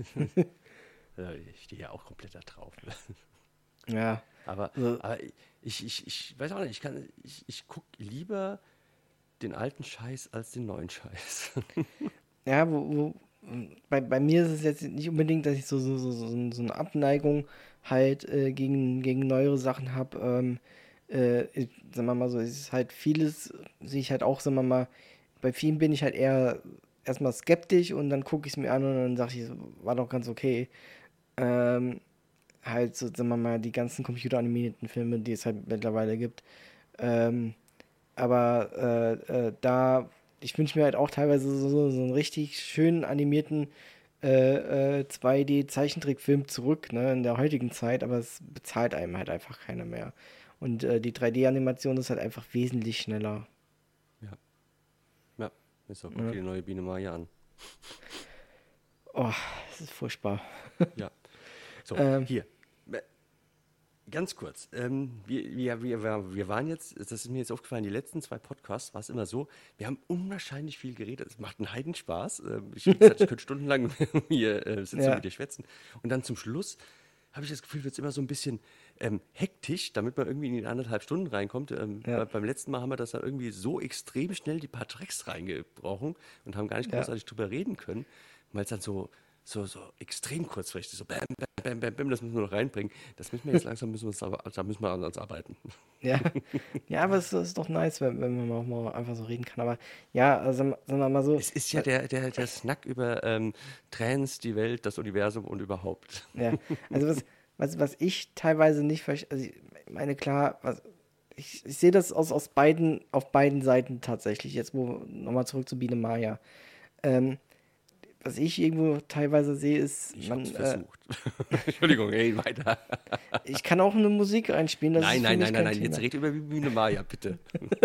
Also, ich stehe ja auch komplett da drauf. Ja. Aber, Also- aber ich, ich, ich weiß auch nicht, ich, kann- ich, ich gucke lieber den alten Scheiß als den neuen Scheiß. Ja, wo, wo, bei, bei mir ist es jetzt nicht unbedingt, dass ich so, so, so, so, so eine Abneigung halt äh, gegen, gegen neuere Sachen habe. Ähm, äh, ich- sagen wir mal so, es ist halt vieles, sehe ich halt auch, sagen wir mal, bei vielen bin ich halt eher erstmal skeptisch und dann gucke ich es mir an und dann sage ich, so, war doch ganz okay. Ähm, halt so, sagen wir mal, die ganzen computeranimierten Filme, die es halt mittlerweile gibt. Ähm, aber äh, äh, da, ich wünsche mir halt auch teilweise so, so, so einen richtig schönen animierten äh, äh, zwei D-Zeichentrickfilm zurück, ne, in der heutigen Zeit, aber es bezahlt einem halt einfach keiner mehr. Und äh, die drei D-Animation ist halt einfach wesentlich schneller. Ja. Ja, jetzt guck dir die neue Biene Maya an. Oh, das ist furchtbar. Ja. So, Ähm. hier. Ganz kurz, ähm, wir, wir, wir, wir waren jetzt, das ist mir jetzt aufgefallen, die letzten zwei Podcasts war es immer so, wir haben unwahrscheinlich viel geredet, es macht einen Heidenspaß. Ähm, ich, wie gesagt, ich könnte stundenlang hier äh, sitzen Ja. und mit dir schwätzen. Und dann zum Schluss habe ich das Gefühl, wird es immer so ein bisschen ähm, hektisch, damit man irgendwie in die anderthalb Stunden reinkommt. Ähm, Ja. bei, beim letzten Mal haben wir das dann irgendwie so extrem schnell die paar Tracks reingebrochen und haben gar nicht Ja. großartig drüber reden können, weil es dann so So, so extrem kurzfristig, so bam, bam, bam, bam, bam, das müssen wir noch reinbringen. Das müssen wir jetzt langsam, müssen wir uns, aber- da müssen wir an uns arbeiten. Ja, ja, aber es ist doch nice, wenn, wenn man auch mal einfach so reden kann. Aber ja, also, sagen wir mal so. Es ist ja der, der, der Snack über ähm, Trends, die Welt, das Universum und überhaupt. Ja, also was, was, was ich teilweise nicht verstehe, also ich meine, klar, was, ich, ich sehe das aus, aus beiden, auf beiden Seiten tatsächlich. Jetzt wo nochmal zurück zu Biene Maya. Ähm, was ich irgendwo teilweise sehe, ist, Ich man, hab's äh, versucht. Entschuldigung, ey, weiter. ich kann auch eine Musik einspielen. Das Nein, ist für nein, mich nein, nein, kein nein, jetzt Thema. red über Biene Maya, bitte.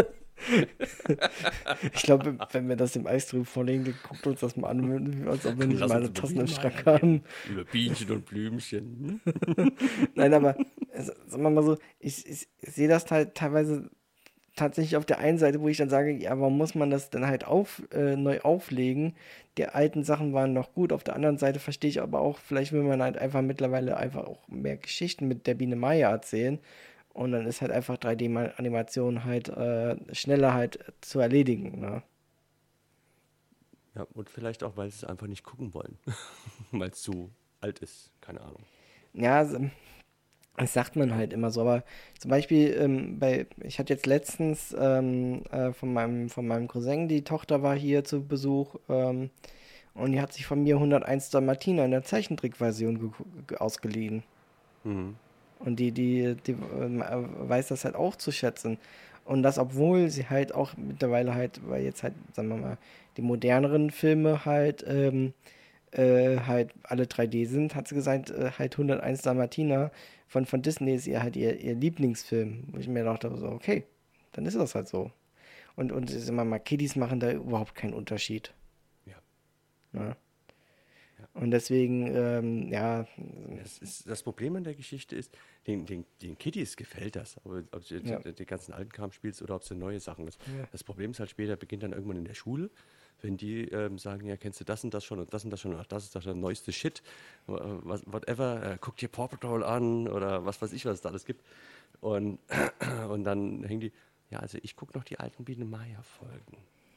Ich glaube, wenn wir das dem Eistrüben vorlegen, dann guckt uns das mal an, als ob wir nicht Lass mal uns eine über Tassen im Biene Schrank Maya haben. reden. Über Bienchen und Blümchen. Hm? Nein, aber äh, sagen wir mal so, ich, ich, ich sehe das halt teilweise tatsächlich auf der einen Seite, wo ich dann sage, ja, warum muss man das dann halt auf, äh, neu auflegen? Die alten Sachen waren noch gut. Auf der anderen Seite verstehe ich aber auch, vielleicht will man halt einfach mittlerweile einfach auch mehr Geschichten mit der Biene Maya erzählen. Und dann ist halt einfach drei D-Animation halt äh, schneller halt zu erledigen. Ne? Ja, und vielleicht auch, weil sie es einfach nicht gucken wollen. Weil es zu alt ist, keine Ahnung. Ja, so- das sagt man halt immer so, aber zum Beispiel, ähm, bei, ich hatte jetzt letztens ähm, äh, von meinem, von meinem Cousin, die Tochter war hier zu Besuch, ähm, und die hat sich von mir hunderteins Dalmatiner in der Zeichentrickversion ge- ge- ausgeliehen. Mhm. Und die, die, die ähm, äh, weiß das halt auch zu schätzen. Und das, obwohl sie halt auch mittlerweile halt, weil jetzt halt, sagen wir mal, die moderneren Filme halt, ähm, äh, halt alle drei D sind, hat sie gesagt, äh, halt hunderteins Dalmatiner von, von Disney ist ihr halt ihr, ihr Lieblingsfilm. Wo ich mir dachte, so, okay, dann ist das halt so. Und, und sagen wir mal, Kiddies machen da überhaupt keinen Unterschied. Ja. Ne? Und deswegen, ähm, ja, Das, ist, das Problem an der Geschichte ist, den, den, den Kiddies gefällt das, ob, ob du Ja. den, den ganzen alten Kram spielst oder ob es neue Sachen ist. Ja. Das Problem ist halt später, beginnt dann irgendwann in der Schule, wenn die ähm, sagen, ja, kennst du das und das schon und das und das schon, ach, das ist doch der neueste Shit, äh, was, whatever, äh, guck dir Paw Patrol an oder was weiß ich, was es da alles gibt. Und, und dann hängen die, ja, also ich gucke noch die alten Biene Maya-Folgen.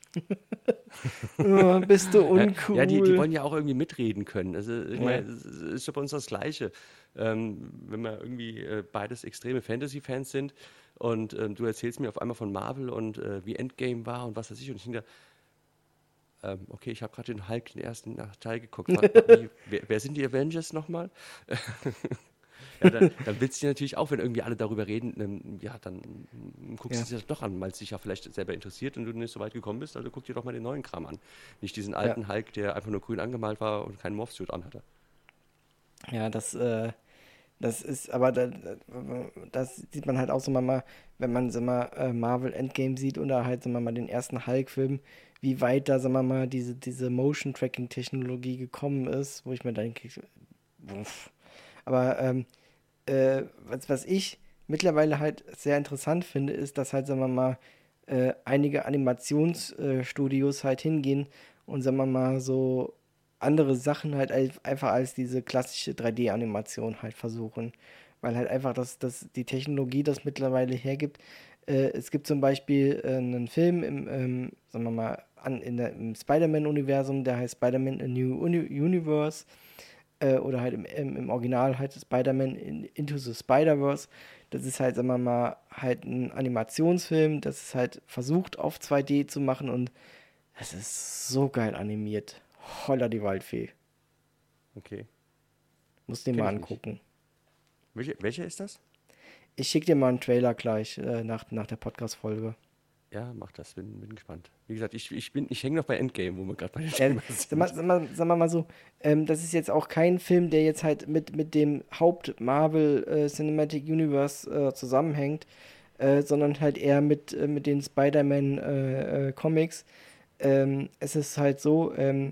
oh, bist du uncool. Ja, die, die wollen ja auch irgendwie mitreden können. Also ich Ja. meine, es ist ja bei uns das Gleiche. Ähm, wenn wir irgendwie äh, beides extreme Fantasy-Fans sind und ähm, du erzählst mir auf einmal von Marvel und äh, wie Endgame war und was weiß ich und ich denke, ähm, okay, ich habe gerade den Hulk, den ersten Teil geguckt. Wa- wa- wie, wer, wer sind die Avengers nochmal? Ja, dann, dann willst du natürlich auch, wenn irgendwie alle darüber reden, ähm, ja, dann ähm, guckst Ja. du es dir doch an, weil es dich ja vielleicht selber interessiert und du nicht so weit gekommen bist, also guck dir doch mal den neuen Kram an. Nicht diesen alten Hulk, der einfach nur grün angemalt war und keinen Morphsuit anhatte. Ja, das, äh, das ist, aber da, das sieht man halt auch so mal, wenn man so mal äh, Marvel Endgame sieht oder halt so mal den ersten Hulk-Film, wie weit da, sagen wir mal, diese, diese Motion-Tracking-Technologie gekommen ist, wo ich mir denke, uff. Aber ähm, äh, was, was ich mittlerweile halt sehr interessant finde, ist, dass halt, sagen wir mal, äh, einige Animationsstudios halt hingehen und, sagen wir mal, so andere Sachen halt ein- einfach als diese klassische drei D-Animation halt versuchen. Weil halt einfach das, das, die Technologie das mittlerweile hergibt. Äh, es gibt zum Beispiel äh, einen Film im, ähm, sagen wir mal, an, in der, im Spider-Man-Universum, der heißt Spider-Man A New Uni- Universe. Äh, oder halt im, im, im Original halt Spider-Man in, Into the Spider-Verse. Das ist halt, sagen wir mal, halt ein Animationsfilm, das ist halt versucht auf zwei D zu machen und es ist so geil animiert. Holla die Waldfee. Okay. Musst den Kenn mal ich nicht. angucken. Welche, welcher ist das? Ich schicke dir mal einen Trailer gleich äh, nach, nach der Podcast-Folge. Ja, mach das, bin, bin gespannt. Wie gesagt, ich, ich, bin- ich hänge noch bei Endgame, wo wir gerade bei den Äh, Thema sag, mal, sind. sag, mal, sag mal mal so, ähm, das ist jetzt auch kein Film, der jetzt halt mit, mit dem Haupt-Marvel äh, Cinematic Universe äh, zusammenhängt, äh, sondern halt eher mit, äh, mit den Spider-Man äh, äh, Comics. Ähm, es ist halt so, ähm,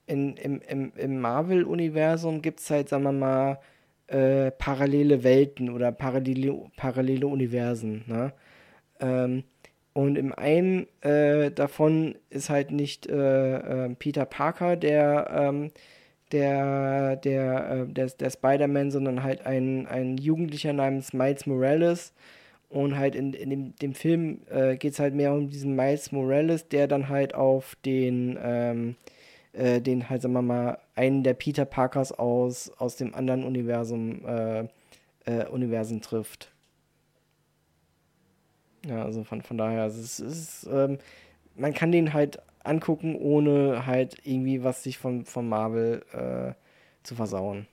in, im, im, im Marvel-Universum gibt es halt, sagen wir mal, äh, parallele Welten oder parallele, parallele Universen, ne? Ähm, und im einen äh, davon ist halt nicht äh, äh, Peter Parker, der, ähm, der, der, äh, der, der Spider-Man, sondern halt ein, ein Jugendlicher namens Miles Morales. Und halt in, in dem, dem Film äh, geht es halt mehr um diesen Miles Morales, der dann halt auf den, ähm, äh, den halt, sagen wir mal, einen der Peter Parkers aus, aus dem anderen Universum, äh, äh, Universen trifft. Ja, also von, von daher, also es ist, ähm, man kann den halt angucken, ohne halt irgendwie was sich von, von Marvel äh, zu versauen.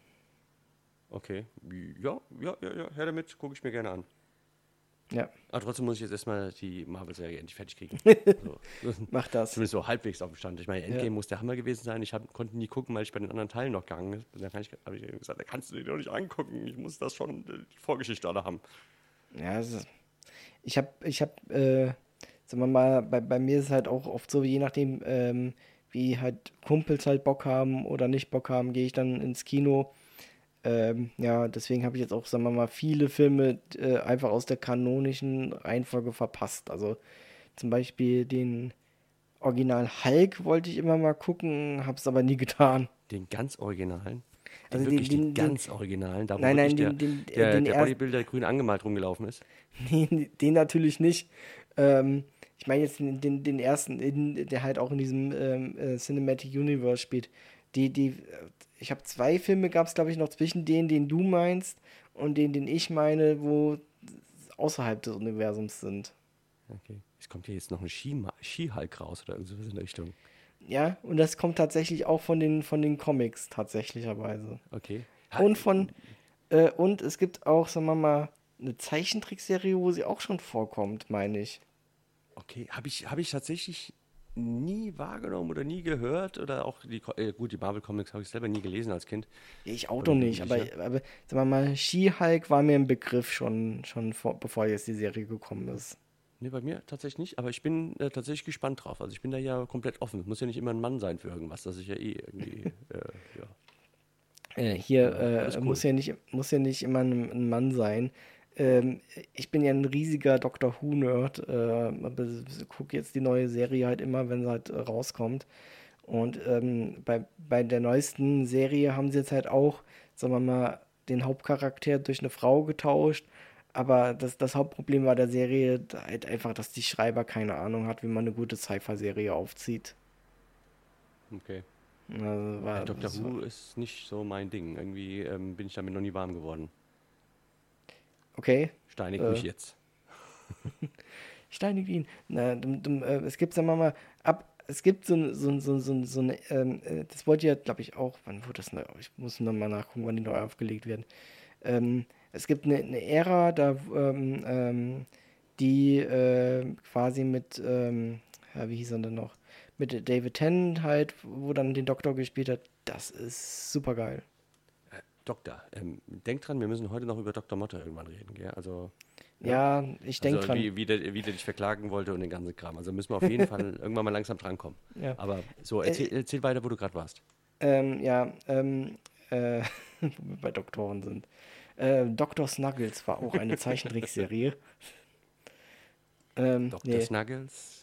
Okay. Ja, ja, ja, ja, her damit, gucke ich mir gerne an. Ja, Aber trotzdem muss ich jetzt erstmal die Marvel-Serie endlich fertig kriegen. So. mach das. Zumindest so halbwegs auf dem Stand. Ich meine, Endgame Ja. muss der Hammer gewesen sein. Ich hab, konnte nie gucken, weil ich bei den anderen Teilen noch gegangen bin. Dann habe ich gesagt, da kannst du dir doch nicht angucken. Ich muss das schon, äh, die Vorgeschichte alle haben. Ja, es ist, ich habe, ich habe, äh, sagen wir mal, bei, bei mir ist es halt auch oft so, je nachdem, ähm, wie halt Kumpels halt Bock haben oder nicht Bock haben, gehe ich dann ins Kino. Ähm, ja, deswegen habe ich jetzt auch, sagen wir mal, viele Filme äh, einfach aus der kanonischen Reihenfolge verpasst. Also zum Beispiel den Original Hulk wollte ich immer mal gucken, habe es aber nie getan. Den ganz Originalen. Den Also den, wirklich den, den den, ganz Originalen, da wo nein, wirklich nein, der, den, den, der, den der erst- Bodybuilder grün angemalt rumgelaufen ist. den, den natürlich nicht. Ähm, ich meine jetzt den, den, den ersten, in, der halt auch in diesem ähm, äh, Cinematic Universe spielt. Die, die, äh, ich habe zwei Filme, gab es glaube ich noch zwischen denen, den du meinst und den, den ich meine, wo außerhalb des Universums sind. Okay. Es kommt ja jetzt noch ein Ski- Ski-Hulk raus oder irgendwas in der Richtung. Ja, und das kommt tatsächlich auch von den, von den Comics, tatsächlicherweise. Okay. Und von, äh, und es gibt auch, sagen wir mal, eine Zeichentrickserie, wo sie auch schon vorkommt, meine ich. Okay, habe ich, hab ich tatsächlich nie wahrgenommen oder nie gehört oder auch die, Co- äh, gut, die Marvel Comics habe ich selber nie gelesen als Kind. Ich auch Oder noch nicht, aber, Jugendlicher. aber sagen wir mal, She-Hulk war mir ein Begriff schon, schon vor, bevor jetzt die Serie gekommen ist. Nee, bei mir tatsächlich nicht, aber ich bin äh, tatsächlich gespannt drauf. Also ich bin da ja komplett offen. Es muss ja nicht immer ein Mann sein für irgendwas, das ich ja eh irgendwie, äh, ja. Äh, hier Ja, äh, alles cool. muss ja nicht, muss ja nicht immer ein, ein Mann sein. Ähm, ich bin ja ein riesiger Doctor Who-Nerd. Äh, gucke jetzt die neue Serie halt immer, wenn sie halt äh, rauskommt. Und ähm, bei, bei der neuesten Serie haben sie jetzt halt auch, sagen wir mal, den Hauptcharakter durch eine Frau getauscht. Aber das, das Hauptproblem war der Serie halt einfach, dass die Schreiber keine Ahnung hat, wie man eine gute Sci-Fi-Serie aufzieht. Okay. Also Ja, war, Doctor das war, Who ist nicht so mein Ding. Irgendwie ähm, bin ich damit noch nie warm geworden. okay. Steinig Äh. mich jetzt. Steinig ihn. Na, dumm, dumm, äh, es gibt, sagen wir mal, ab, es gibt so, ein- so, ein- so, ein- so, ein- so eine, ähm, äh, das wollte ja, glaube ich, auch, wann wurde das neu, ich muss nochmal nachgucken, wann die neu aufgelegt werden. Ähm, es gibt eine, eine Ära, da, ähm, ähm, die äh, quasi mit, ähm, ja, wie hieß er denn noch, mit David Tennant halt, wo dann den Doktor gespielt hat, das ist super geil. Doktor, ähm, denk dran, wir müssen heute noch über Doktor Motte irgendwann reden, gell? Also, Ja, ich denke also dran. wie, wie, der, wie der dich verklagen wollte und den ganzen Kram. Also müssen wir auf jeden Fall irgendwann mal langsam drankommen. Ja. Aber so, erzähl, erzähl weiter, wo du gerade warst. Ähm, ja, ähm, äh, wo wir bei Doktoren sind. Äh, Doktor Snuggles war auch eine Zeichentrickserie. ähm, Doktor nee. Snuggles.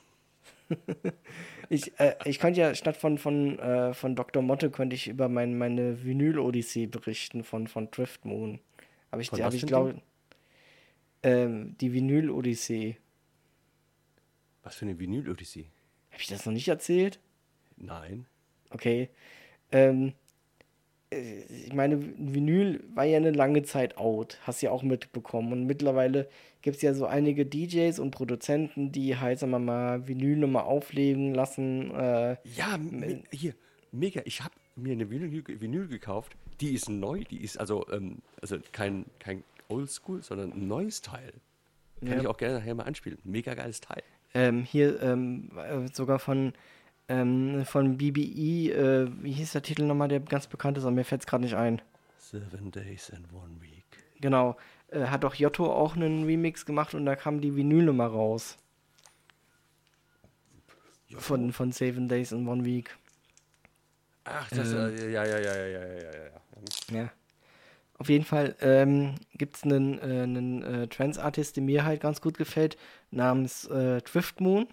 Ich, äh, ich könnte ja statt von, von, äh, von Doktor Motte könnte ich über mein, meine Vinyl-Odyssee berichten von, von Drift Moon. Aber ich, Von hab was ich für ein glaube, ähm, die Vinyl-Odyssee. Was für eine Vinyl-Odyssee? Habe ich das noch nicht erzählt? Nein. Okay. Ähm, äh, ich meine, Vinyl war ja eine lange Zeit out, hast ja auch mitbekommen. Und mittlerweile gibt es ja so einige D Js und Produzenten, die halt, sagen wir mal, Vinyl nochmal auflegen lassen. Äh, Ja, me hier, mega. Ich habe mir eine Vinyl, Vinyl gekauft. Die ist neu. Die ist also, ähm, also kein, kein Oldschool, sondern ein neues Teil. Kann Ja. ich auch gerne nachher mal anspielen. Mega geiles Teil. ähm, hier ähm, äh, sogar von, ähm, von B B E, äh, wie hieß der Titel nochmal, der ganz bekannt ist, aber mir fällt es gerade nicht ein. Seven Days and One Week. Genau. Äh, hat doch Jotto auch einen Remix gemacht und da kam die Vinyl-Nummer raus. Von, von Seven Days in One Week. Ach, das, Ähm, äh, ja, ja, ja, ja, ja, ja, ja, ja. ja. Auf jeden Fall ähm, gibt es einen, äh, einen äh, Trance-Artist, der mir halt ganz gut gefällt, namens äh, Driftmoon.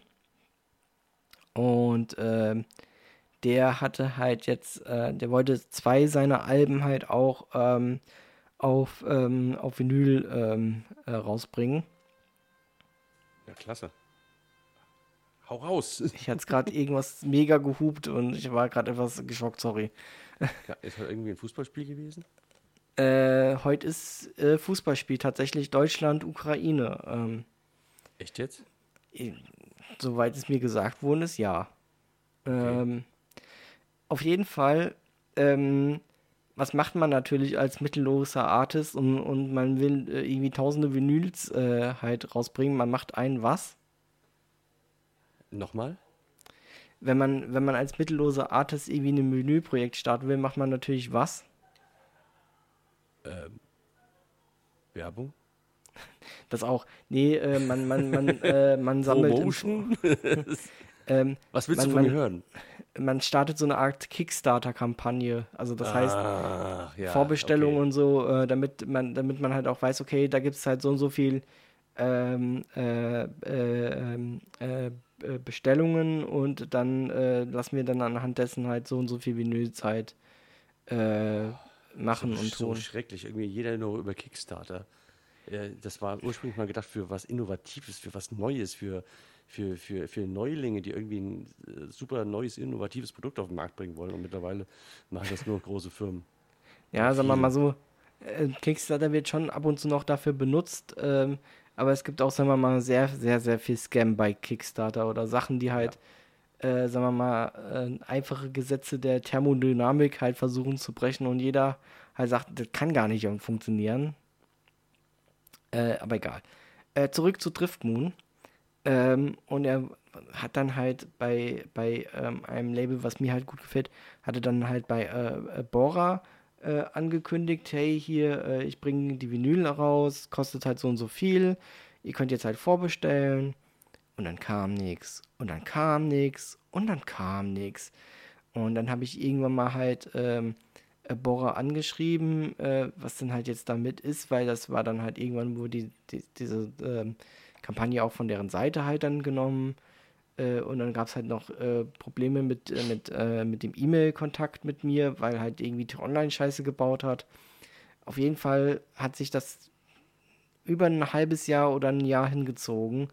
Und ähm, der hatte halt jetzt, äh, der wollte zwei seiner Alben halt auch ähm, auf, ähm, auf Vinyl ähm, äh, rausbringen. Ja, klasse. Hau raus. Ich hatte gerade irgendwas mega gehupt und ich war gerade etwas geschockt, sorry. Ja, ist halt irgendwie ein Fußballspiel gewesen? Äh, heute ist äh, Fußballspiel tatsächlich Deutschland-Ukraine. Ähm, Echt jetzt? eh, soweit es mir gesagt worden ist, ja. Okay. Ähm, auf jeden Fall, ähm, was macht man natürlich als mittelloser Artist und, und man will äh, irgendwie tausende Vinyls äh, halt rausbringen. Man macht ein was? Nochmal? Wenn man, wenn man als mittelloser Artist irgendwie ein Menüprojekt starten will, macht man natürlich was? Ähm, Werbung? Das auch. Nee, äh, man, man, man, äh, man sammelt im, Promotion? ähm, Was willst du man, von mir man, hören? man startet so eine Art Kickstarter-Kampagne. Also das heißt, Ah, ja, Vorbestellungen okay. und so, äh, damit man, damit man halt auch weiß, okay, da gibt es halt so und so viel ähm, äh, äh, ähm, äh, äh, Bestellungen und dann äh, lassen wir dann anhand dessen halt so und so viel Vinylzeit äh, So, machen und so tun. schrecklich. Irgendwie jeder nur über Kickstarter. Äh, Das war ursprünglich mal gedacht für was Innovatives, für was Neues, für, für, für, für Neulinge, die irgendwie ein äh, super neues, innovatives Produkt auf den Markt bringen wollen. Und mittlerweile machen das nur große Firmen. Oder Ja, sagen wir mal viele. so, äh, Kickstarter wird schon ab und zu noch dafür benutzt, ähm, aber es gibt auch, sagen wir mal, sehr, sehr, sehr viel Scam bei Kickstarter oder Sachen, die Ja. halt, äh, sagen wir mal, äh, einfache Gesetze der Thermodynamik halt versuchen zu brechen und jeder halt sagt, das kann gar nicht funktionieren. Äh, aber egal. Äh, zurück zu Driftmoon. Ähm, und er hat dann halt bei, bei ähm, einem Label, was mir halt gut gefällt, hatte dann halt bei äh, äh, Bora äh, angekündigt, hey, hier, äh, ich bringe die Vinyl raus, kostet halt so und so viel, ihr könnt jetzt halt vorbestellen. Und dann kam nichts. Und dann kam nichts. Und dann kam nichts. Und dann habe ich irgendwann mal halt ähm, äh, Bora angeschrieben, äh, was denn halt jetzt damit ist, weil das war dann halt irgendwann, wo die, die diese ähm, Kampagne auch von deren Seite halt dann genommen. Äh, und dann gab es halt noch äh, Probleme mit, äh, mit, äh, mit dem E-Mail-Kontakt mit mir, weil halt irgendwie die Online-Scheiße gebaut hat. Auf jeden Fall hat sich das über ein halbes Jahr oder ein Jahr hingezogen,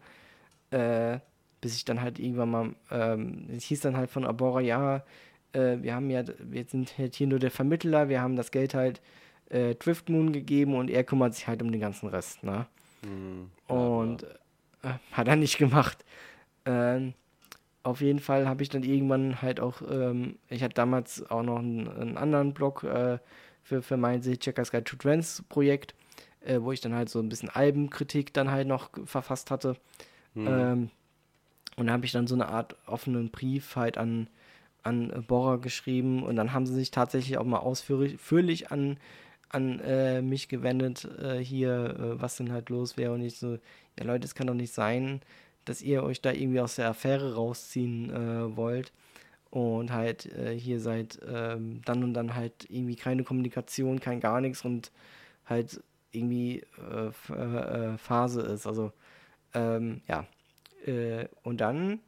äh, bis ich dann halt irgendwann mal, ähm, es hieß dann halt von Abora, ja, äh, wir haben ja, wir sind halt hier nur der Vermittler, wir haben das Geld halt äh, Driftmoon gegeben und er kümmert sich halt um den ganzen Rest, ne? Hm, bla bla. Und äh, hat er nicht gemacht. Ähm, auf jeden Fall habe ich dann irgendwann halt auch, ähm, ich hatte damals auch noch einen, einen anderen Blog äh, für, für mein Checkers Guide to Trance Projekt, äh, wo ich dann halt so ein bisschen Albenkritik dann halt noch verfasst hatte. Hm. Ähm, und da habe ich dann so eine Art offenen Brief halt an, an Bora geschrieben und dann haben sie sich tatsächlich auch mal ausführlich an, an äh, mich gewendet, äh, hier, äh, was denn halt los wäre und ich so, ja Leute, es kann doch nicht sein, dass ihr euch da irgendwie aus der Affäre rausziehen äh, wollt und halt äh, hier seid ähm, dann und dann halt irgendwie keine Kommunikation, kein gar nichts und halt irgendwie äh, F- äh, äh, Phase ist. Also ähm, ja. Äh, und dann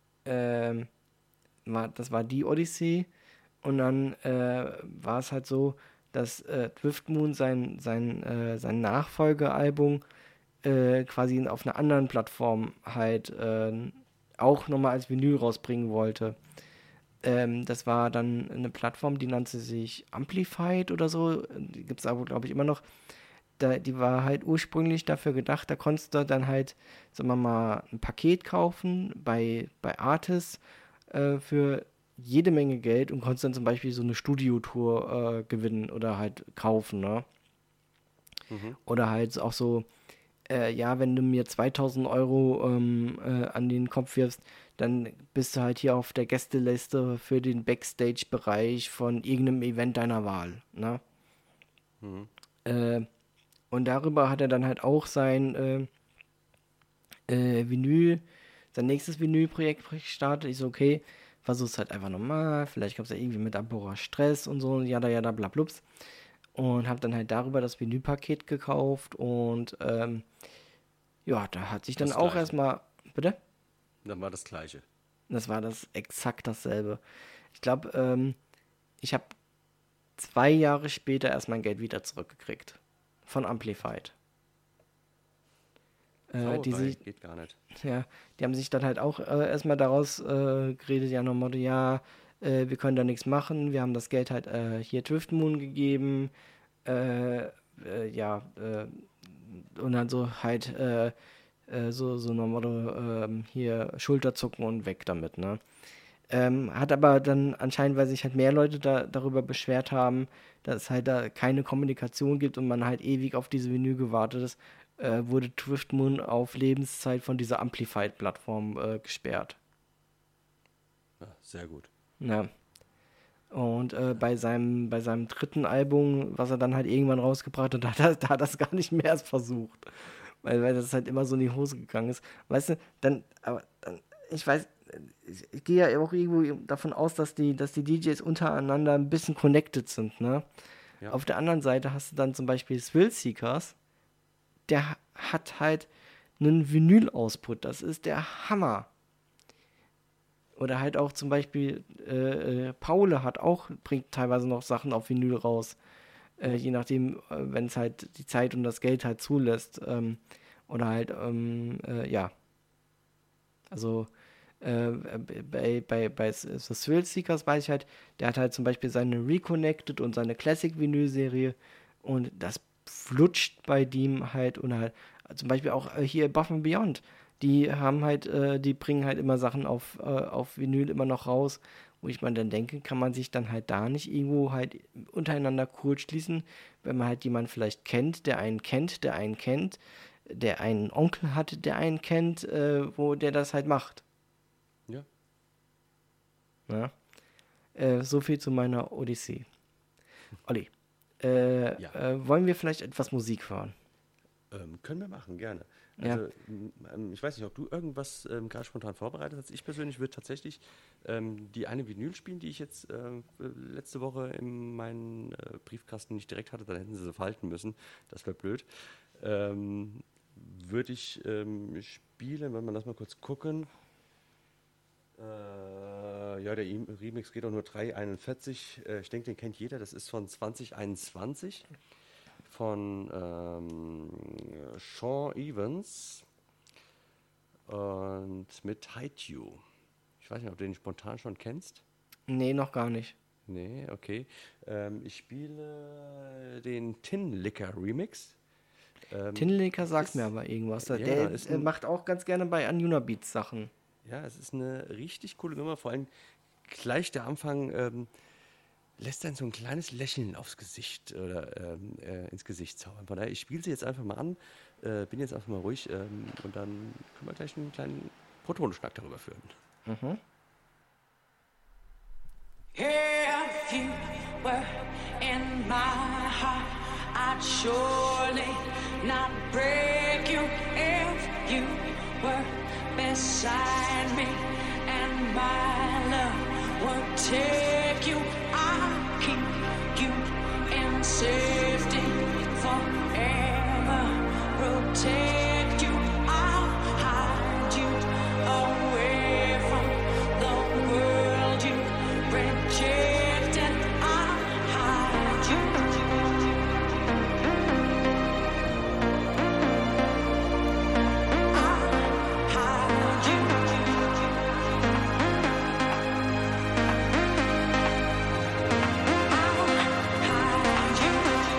ähm, war, das war die Odyssee und dann äh, war es halt so, dass äh, Driftmoon sein, sein, äh, sein Nachfolgealbum äh, quasi auf einer anderen Plattform halt äh, auch nochmal als Vinyl rausbringen wollte. Ähm, das war dann eine Plattform, die nannte sich Amplified oder so. Die gibt es aber, glaube ich, immer noch. Da, die war halt ursprünglich dafür gedacht, da konntest du dann halt, sagen wir mal, ein Paket kaufen bei, bei Artis äh, für jede Menge Geld und konntest dann zum Beispiel so eine Studiotour äh, gewinnen oder halt kaufen, ne? Mhm. Oder halt auch so, äh, ja, wenn du mir zweitausend Euro ähm, äh, an den Kopf wirfst, dann bist du halt hier auf der Gästeliste für den Backstage-Bereich von irgendeinem Event deiner Wahl, ne? Mhm. Äh, und darüber hat er dann halt auch sein äh, äh, Vinyl, sein nächstes Vinylprojekt gestartet. Ich so, okay, versuch's halt einfach normal, vielleicht gab's ja irgendwie mit Ampora Stress und so, jada, jada, blablups. Und habe dann halt darüber das Vinylpaket gekauft und ähm, ja, da hat sich dann Das auch Gleiche. erstmal, bitte? Dann war das Gleiche. Das war das exakt dasselbe. Ich glaube, ähm, ich habe zwei Jahre später erst mein Geld wieder zurückgekriegt. Von Amplified. Äh, die, Sauerei, sich, geht gar nicht. ja, die haben sich dann halt auch äh, erstmal daraus äh, geredet, ja, nochmal, ja, äh, wir können da nichts machen, wir haben das Geld halt äh, hier Drift Moon gegeben, äh, äh, ja, äh, und dann so halt, äh, äh, so, so nach Motto, ähm, hier Schulterzucken und weg damit, ne? Ähm, hat aber dann anscheinend, weil sich halt mehr Leute da, darüber beschwert haben, dass es halt da keine Kommunikation gibt und man halt ewig auf diese Vinyl gewartet ist, äh, wurde Drift Moon auf Lebenszeit von dieser Amplified-Plattform äh, gesperrt. Ja, sehr gut. Ja. Und äh, bei seinem, bei seinem dritten Album, was er dann halt irgendwann rausgebracht hat, da hat er, da hat er es gar nicht mehr erst versucht. Weil, weil das halt immer so in die Hose gegangen ist. Weißt du, dann, aber dann, ich weiß, ich, ich gehe ja auch irgendwo davon aus, dass die, dass die D Js untereinander ein bisschen connected sind, ne? Ja. Auf der anderen Seite hast du dann zum Beispiel Thrillseekers, der hat halt einen Vinyl-Output, das ist der Hammer. Oder halt auch zum Beispiel äh, äh, Paule hat auch, bringt teilweise noch Sachen auf Vinyl raus. Äh, je nachdem, äh, wenn es halt die Zeit und das Geld halt zulässt. Ähm, oder halt, ähm, äh, ja. Also äh, bei, bei, bei The Thrill Seekers weiß ich halt, der hat halt zum Beispiel seine Reconnected und seine Classic Vinyl-Serie und das flutscht bei dem halt und halt zum Beispiel auch äh, hier Above and Beyond. Die haben halt, äh, die bringen halt immer Sachen auf, äh, auf Vinyl immer noch raus, wo ich mir dann denke, kann man sich dann halt da nicht irgendwo halt untereinander kurz schließen, wenn man halt jemanden vielleicht kennt, der einen kennt, der einen kennt, der einen Onkel hat, der einen kennt, äh, wo der das halt macht. Ja. Ja. Äh, so viel zu meiner Odyssee. Olli, äh, Ja. äh, wollen wir vielleicht etwas Musik hören? Ähm, können wir machen, gerne. Ja. Also, ähm, ich weiß nicht, ob du irgendwas ähm, gerade spontan vorbereitet hast. Ich persönlich würde tatsächlich ähm, die eine Vinyl spielen, die ich jetzt äh, letzte Woche in meinen äh, Briefkasten nicht direkt hatte, dann hätten sie sie falten müssen. Das wäre blöd. Ähm, würde ich ähm, spielen, wenn man das mal kurz gucken. Äh, ja, der E- Remix geht auch nur drei einundvierzig. Äh, ich denke, den kennt jeder. Das ist von zwanzig einundzwanzig. Von ähm, Sean Evans und mit Hide You. Ich weiß nicht, ob du den spontan schon kennst. Nee, noch gar nicht. Nee, okay. Ähm, ich spiele den Tin Licker Remix. Ähm, Tinlicker sagt ist- mir aber irgendwas. ja, Der ist äh, ein- macht auch ganz gerne bei Anjuna Beats Sachen. Ja, es ist eine richtig coole Nummer. Vor allem gleich der Anfang ähm, lässt dann so ein kleines Lächeln aufs Gesicht oder ähm, äh, ins Gesicht zaubern. Von daher, ich spiele sie jetzt einfach mal an, äh, bin jetzt einfach mal ruhig ähm, und dann können wir gleich einen kleinen Protonenschnack darüber führen. Mhm. If you were in my heart, I'd surely not break you. If you were beside me and my love would take you, I'll keep you in safety forever. Protect you, I'll hide you away from the world you rejected. I'll hide you. I'll hide you. I'll hide you.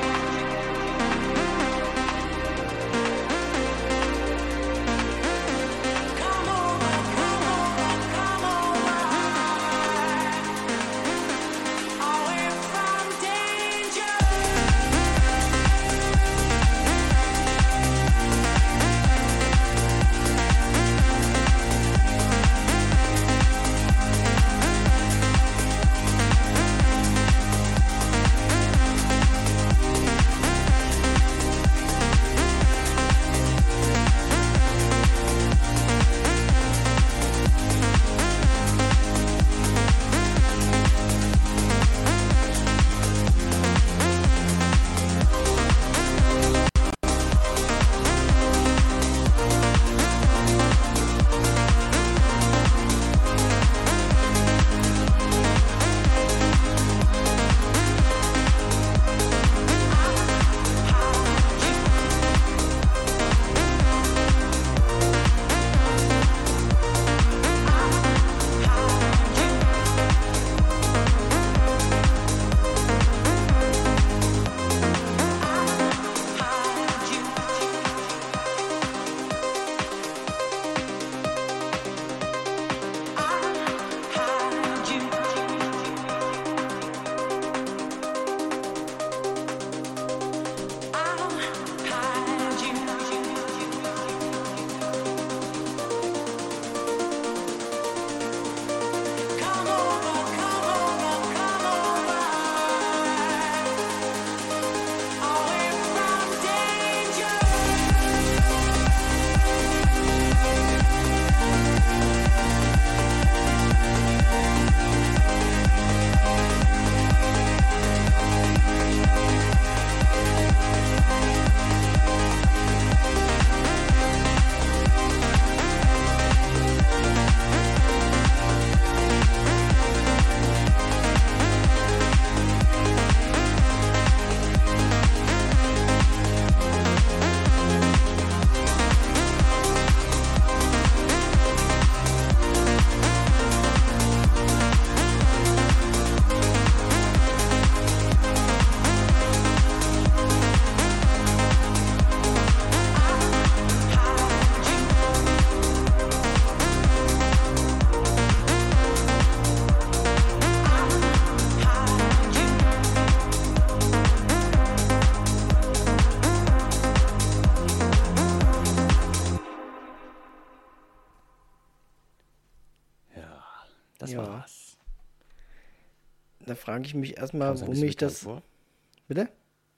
das Ja. war's. Da frage ich mich erstmal, Kommst du ein wo bisschen mich bekannt das. vor? Bitte?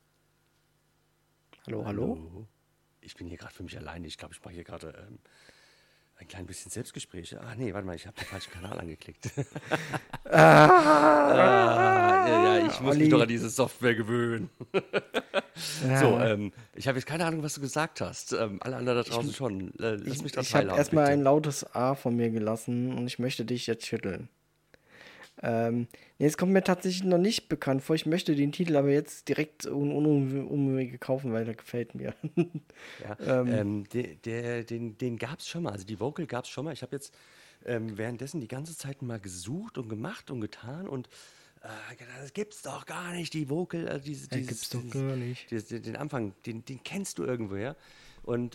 Hallo, hallo? Ich bin hier gerade für mich alleine. Ich glaube, ich mache hier gerade ähm, ein klein bisschen Selbstgespräch. Ach nee, warte mal, ich habe den falschen Kanal angeklickt. ah, ja, ja, ich muss mich Olli. doch an diese Software gewöhnen. Ja. So, ähm, ich habe jetzt keine Ahnung, was du gesagt hast. Ähm, alle anderen da draußen schon. Äh, lass Ich, mich daran ich habe teilhaben, erstmal bitte. ein lautes A von mir gelassen und ich möchte dich jetzt schütteln. Ähm, nee, es kommt mir tatsächlich noch nicht bekannt vor. Ich möchte den Titel aber jetzt direkt ohne um, Umwege kaufen, weil der gefällt mir. Ja, ähm, der, der, den den gab es schon mal. Also die Vocal gab es schon mal. Ich habe jetzt ähm, währenddessen die ganze Zeit mal gesucht und gemacht und getan und äh, gedacht, das gibt's doch gar nicht, die Vocal. Also diese, Ja, dieses, gibt's doch dieses, gar nicht. dieses, den Anfang, den, den kennst du irgendwoher. Und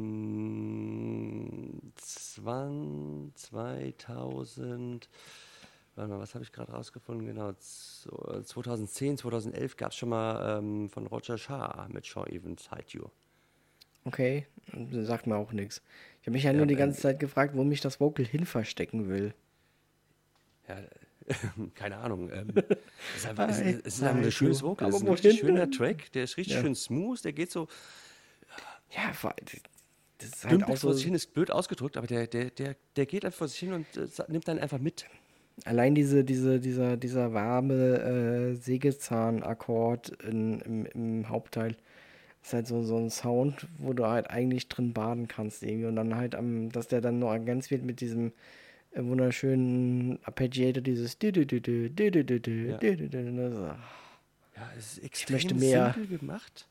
ähm, zwanzig, zweitausend, warte mal, was habe ich gerade rausgefunden? Genau, z- zweitausendzehn, zweitausendelf gab es schon mal ähm, von Roger Shah mit Shaw Evans Hide You. Okay, sagt mir auch nichts. Ich habe mich ja, Ja, nur die ähm, ganze Zeit gefragt, wo mich das Vocal hin verstecken will. Ja, keine Ahnung. Ähm, es ist einfach, es, Hi, es ist einfach hi, ein schönes du. Vocal. Es ist ein Aber richtig wohin schöner denn? Track. Der ist richtig Ja. schön smooth. Der geht so Ja, vor- das ist halt dümpelt auch so. vor sich hin, ist blöd ausgedrückt, aber der, der, der, der geht einfach vor sich hin und äh, sa- nimmt dann einfach mit. Allein diese, diese, dieser, dieser warme äh, Sägezahn-Akkord in- im, im Hauptteil ist halt so, so ein Sound, wo du halt eigentlich drin baden kannst irgendwie. Und dann halt am, dass der dann noch ergänzt wird mit diesem äh, wunderschönen Arpeggiator, dieses dü dü dü dü dü dü dü dü Ja. dü dü dü. Und das ist, ah, Ja, es ist extrem möchte mehr. simpel gemacht.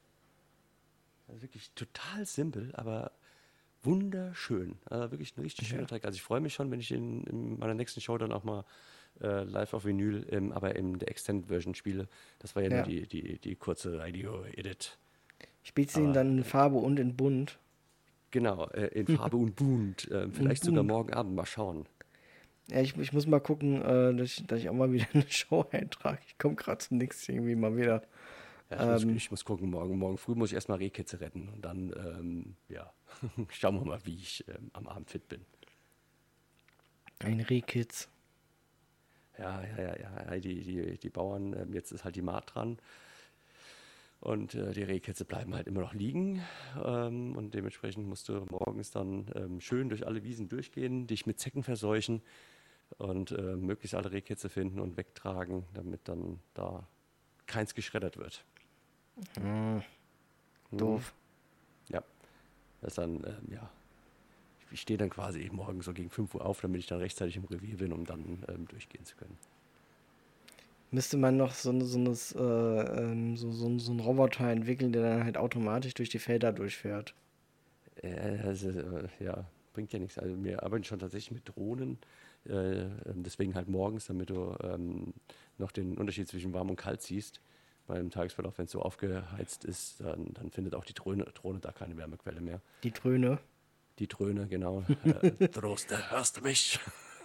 Also wirklich total simpel, aber wunderschön. Also wirklich ein richtig schöner Track. Also ich freue mich schon, wenn ich in, in meiner nächsten Show dann auch mal äh, live auf Vinyl, ähm, aber in der Extended Version spiele. Das war ja, Ja. nur die, die, die kurze Radio-Edit. spielst du ihn Aber, dann in Farbe und in bunt? Genau, äh, in Farbe und bunt. Äh, vielleicht sogar bunt. morgen Abend mal schauen. Ja, ich, ich muss mal gucken, äh, dass, ich, dass ich auch mal wieder eine Show eintrage. Ich komme gerade zum Nix irgendwie mal wieder. Ja, ich, Ähm. muss, ich muss gucken, morgen, morgen früh muss ich erstmal Rehkitze retten und dann, ähm, ja, schauen wir mal, wie ich ähm, am Abend fit bin. Ein Rehkitz. Ja, ja, ja, ja, die, die, die Bauern, ähm, jetzt ist halt die Maat dran und äh, die Rehkitze bleiben halt immer noch liegen ähm, und dementsprechend musst du morgens dann ähm, schön durch alle Wiesen durchgehen, dich mit Zecken verseuchen und äh, möglichst alle Rehkitze finden und wegtragen, damit dann da keins geschreddert wird. Hm, doof. Ja, das ist dann, ähm, ja, ich stehe dann quasi eben morgen so gegen fünf Uhr auf, damit ich dann rechtzeitig im Revier bin, um dann ähm, durchgehen zu können. Müsste man noch so, so, so, äh, ähm, so, so, so einen Roboter entwickeln, der dann halt automatisch durch die Felder durchfährt. Äh, also, äh, ja, bringt ja nichts. Also wir arbeiten schon tatsächlich mit Drohnen, äh, ähm, deswegen halt morgens, damit du ähm, noch den Unterschied zwischen warm und kalt siehst. Beim Tagesverlauf, wenn es so aufgeheizt ist, dann, dann findet auch die Drohne, Drohne da keine Wärmequelle mehr. Die Dröhne. Die Dröhne, genau. äh, Troste, hörst du mich?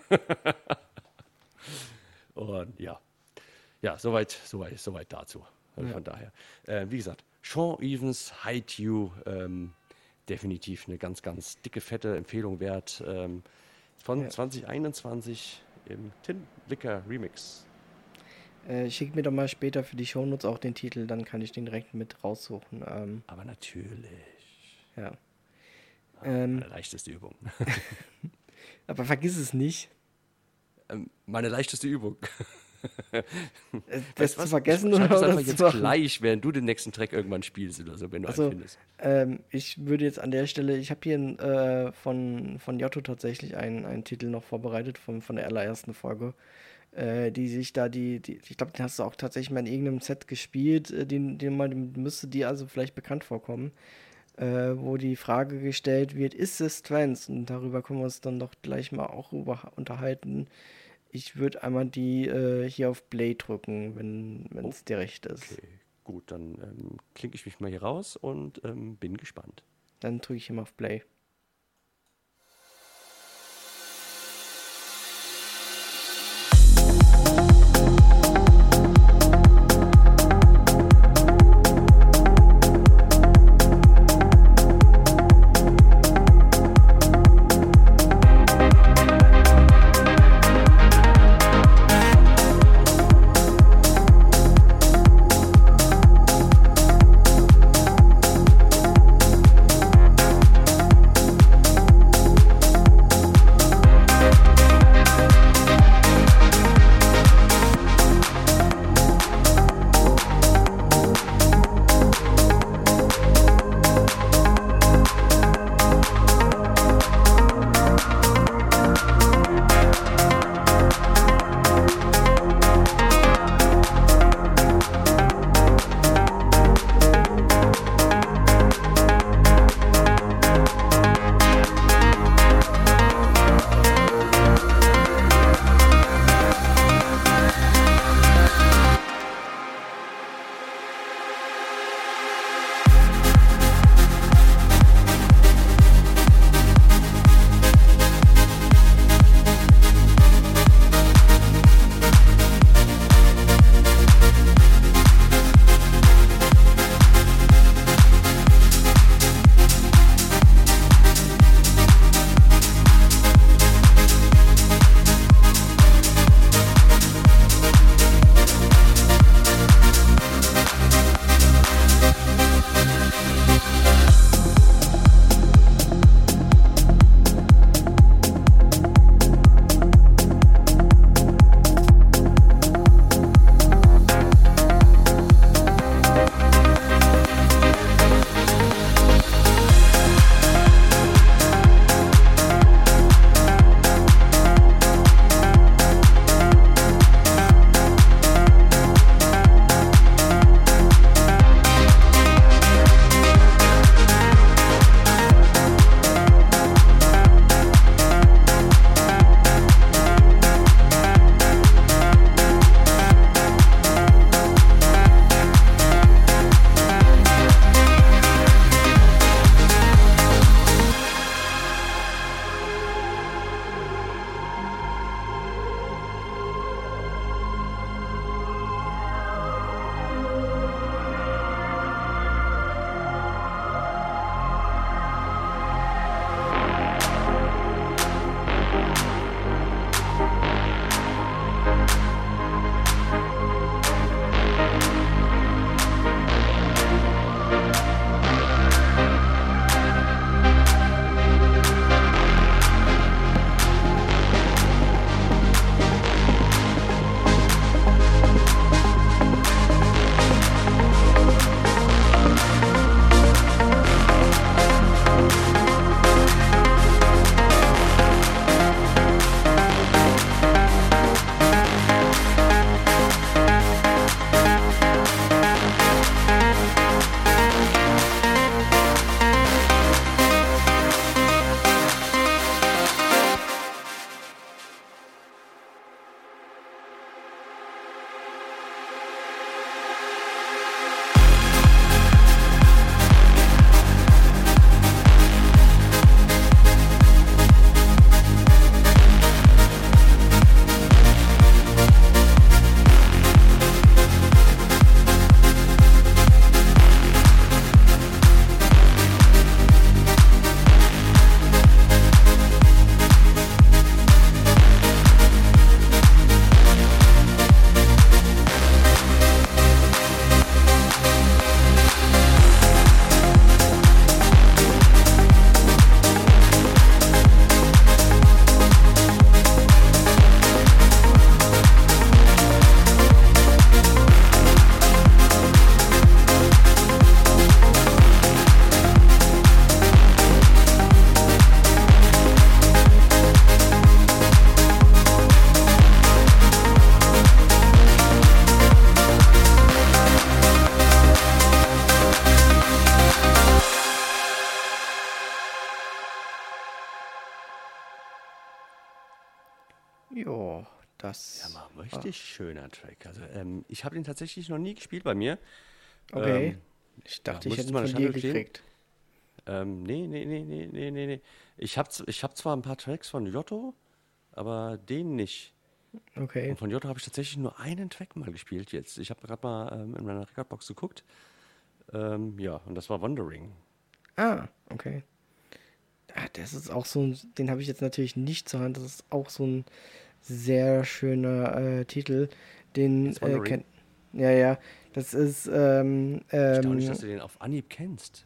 Und ja, ja, soweit, soweit, soweit dazu. Also von daher, äh, wie gesagt, Shaw Evans, Hide You, ähm, definitiv eine ganz, ganz dicke, fette Empfehlung wert. Ähm, von Ja. zwanzig einundzwanzig im Tin Licker Remix. Äh, schick mir doch mal später für die Shownotes auch den Titel, dann kann ich den direkt mit raussuchen. Ähm, Aber natürlich, ja. Ähm, meine leichteste Übung. aber vergiss es nicht, ähm, meine leichteste Übung. äh, Weißt das du zu was? vergessen ich schreib oder das einfach das zu jetzt machen. gleich, während du den nächsten Track irgendwann spielst oder so, wenn du Also, einen findest. ähm, ich würde jetzt an der Stelle, ich habe hier äh, von, von Jotto tatsächlich einen, einen Titel noch vorbereitet von, von der allerersten Folge, äh, die sich da, die, die ich glaube, den hast du auch tatsächlich mal in irgendeinem Set gespielt, äh, den, den mal, den müsste dir also vielleicht bekannt vorkommen, äh, wo die Frage gestellt wird, ist es Trance? Und darüber können wir uns dann doch gleich mal auch über unterhalten. Ich würde einmal die äh, hier auf Play drücken, wenn es dir recht ist. Okay, gut, dann ähm, klinke ich mich mal hier raus und ähm, bin gespannt. Dann drücke ich immer auf Play. Jo, das. Ja, mal richtig schöner Track. Also ähm, ich habe den tatsächlich noch nie gespielt bei mir. Okay. Ähm, Ich dachte, ja, ich musste hätte ihn mal eine von dir Schande gestehen. gekriegt. Ähm, nee, nee, nee, nee, nee, nee, nee. Ich habe ich hab zwar ein paar Tracks von Jotto, aber den nicht. Okay. Und von Jotto habe ich tatsächlich nur einen Track mal gespielt jetzt. Ich habe gerade mal ähm, in meiner Recordbox geguckt. Ähm, ja, und das war Wandering. Ah, okay. Ah, das ist auch so ein, den habe ich jetzt natürlich nicht zur Hand. Das ist auch so ein sehr schöner äh, Titel. Den Jetzt äh, Wandering. kennt. Ja, ja. Das ist, ähm, Erstaunlich, ähm, dass du den auf Anhieb kennst.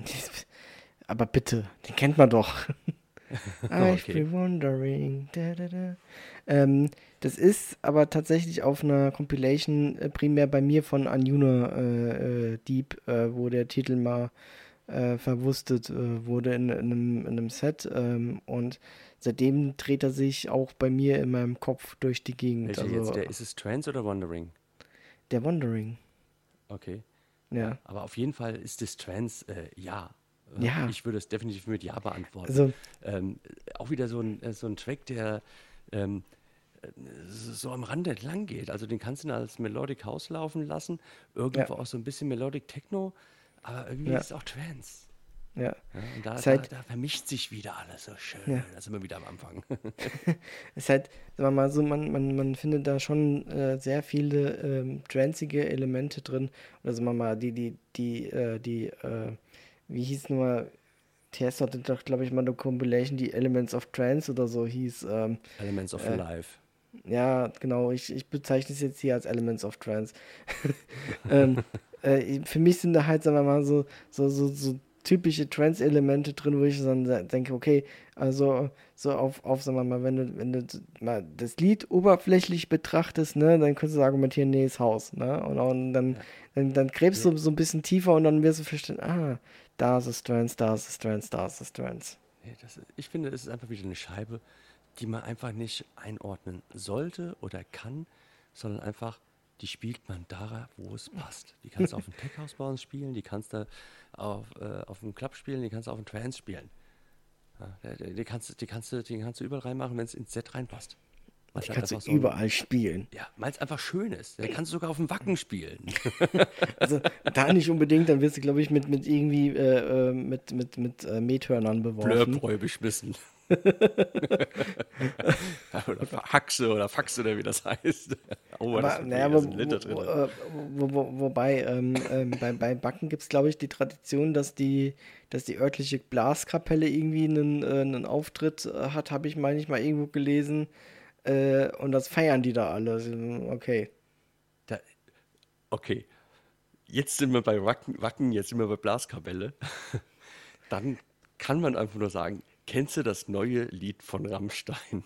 aber bitte, den kennt man doch. I've Okay. been wondering. Da, da, da. Ähm, das ist aber tatsächlich auf einer Compilation äh, primär bei mir von Anjuna äh, äh, Deep, äh, wo der Titel mal äh, verwurstet äh, wurde in, in, einem, in einem Set. Ähm, und seitdem dreht er sich auch bei mir in meinem Kopf durch die Gegend. Welcher Also jetzt? Der, ist es Trance oder Wandering? der Wondering. Okay. Ja. Aber auf jeden Fall ist das Trance, äh, ja. Äh, Ja. Ich würde es definitiv mit Ja beantworten. Also, Ähm, auch wieder so ein, äh, so ein Track, der ähm, äh, so am Rand entlang geht. Also den kannst du dann als Melodic House laufen lassen, irgendwo Ja. auch so ein bisschen Melodic Techno, aber irgendwie Ja. ist es auch Trance. ja. Ja, und da, Ist da, halt- da vermischt sich wieder alles so schön. Ja. Da sind wir wieder am Anfang. Ist halt, sagen wir mal so, man, man, man findet da schon äh, sehr viele ähm, tranzige Elemente drin. Oder sagen wir mal, die, die, die, äh, die, äh, wie hieß nur, T S hatte doch, glaube ich, mal eine Compilation, die Elements of Trance oder so hieß. Ähm, Elements of Äh, Life. ja, genau, ich, ich bezeichne es jetzt hier als Elements of Trance. ähm, äh, für mich sind da halt, sagen wir mal, so, so, so, so typische Trance-Elemente drin, wo ich dann sa- denke, okay, also so auf, auf, sagen wir mal, wenn du, wenn du mal das Lied oberflächlich betrachtest, ne, dann könntest du argumentieren, nee, ist Haus, ne? Und, und dann, Ja. dann, dann gräbst du so ein bisschen tiefer und dann wirst du verstehen, ah, da ist es Trance, da ist es Trance, da ist es Trance. Nee, das, ich finde, es ist einfach wieder eine Scheibe, die man einfach nicht einordnen sollte oder kann, sondern einfach, die spielt man da, wo es passt. Die kannst du auf dem Tech House bei uns spielen, die kannst du auf, äh, auf dem Club spielen, die kannst du auf dem Trance spielen. Ja, die, die, kannst, du- die, kannst du, die kannst du überall reinmachen, wenn es ins Set reinpasst. Weil's Die halt kannst du einfach so ein- überall spielen. Ja, weil es einfach schön ist. Der kannst du sogar auf dem Wacken spielen. Also da nicht unbedingt, dann wirst du, glaube ich, mit, mit irgendwie äh, äh, mit, mit, mit äh, Methörnern beworfen. Blörbräu beschmissen. Oder Haxe oder Faxe oder wie das heißt. Oh, das Aber, ist naja, da aber sind Liter wo, drin. äh, wo, wo, wobei, ähm, ähm, bei, bei Backen gibt es, glaube ich, die Tradition, dass die, dass die örtliche Blaskapelle irgendwie einen, äh, einen Auftritt äh, hat, habe ich manchmal irgendwo gelesen. Äh, und das feiern die da alle. Also, okay. Da, okay, jetzt sind wir bei Wacken, Wacken, jetzt sind wir bei Blaskapelle. Dann kann man einfach nur sagen, kennst du das neue Lied von Rammstein?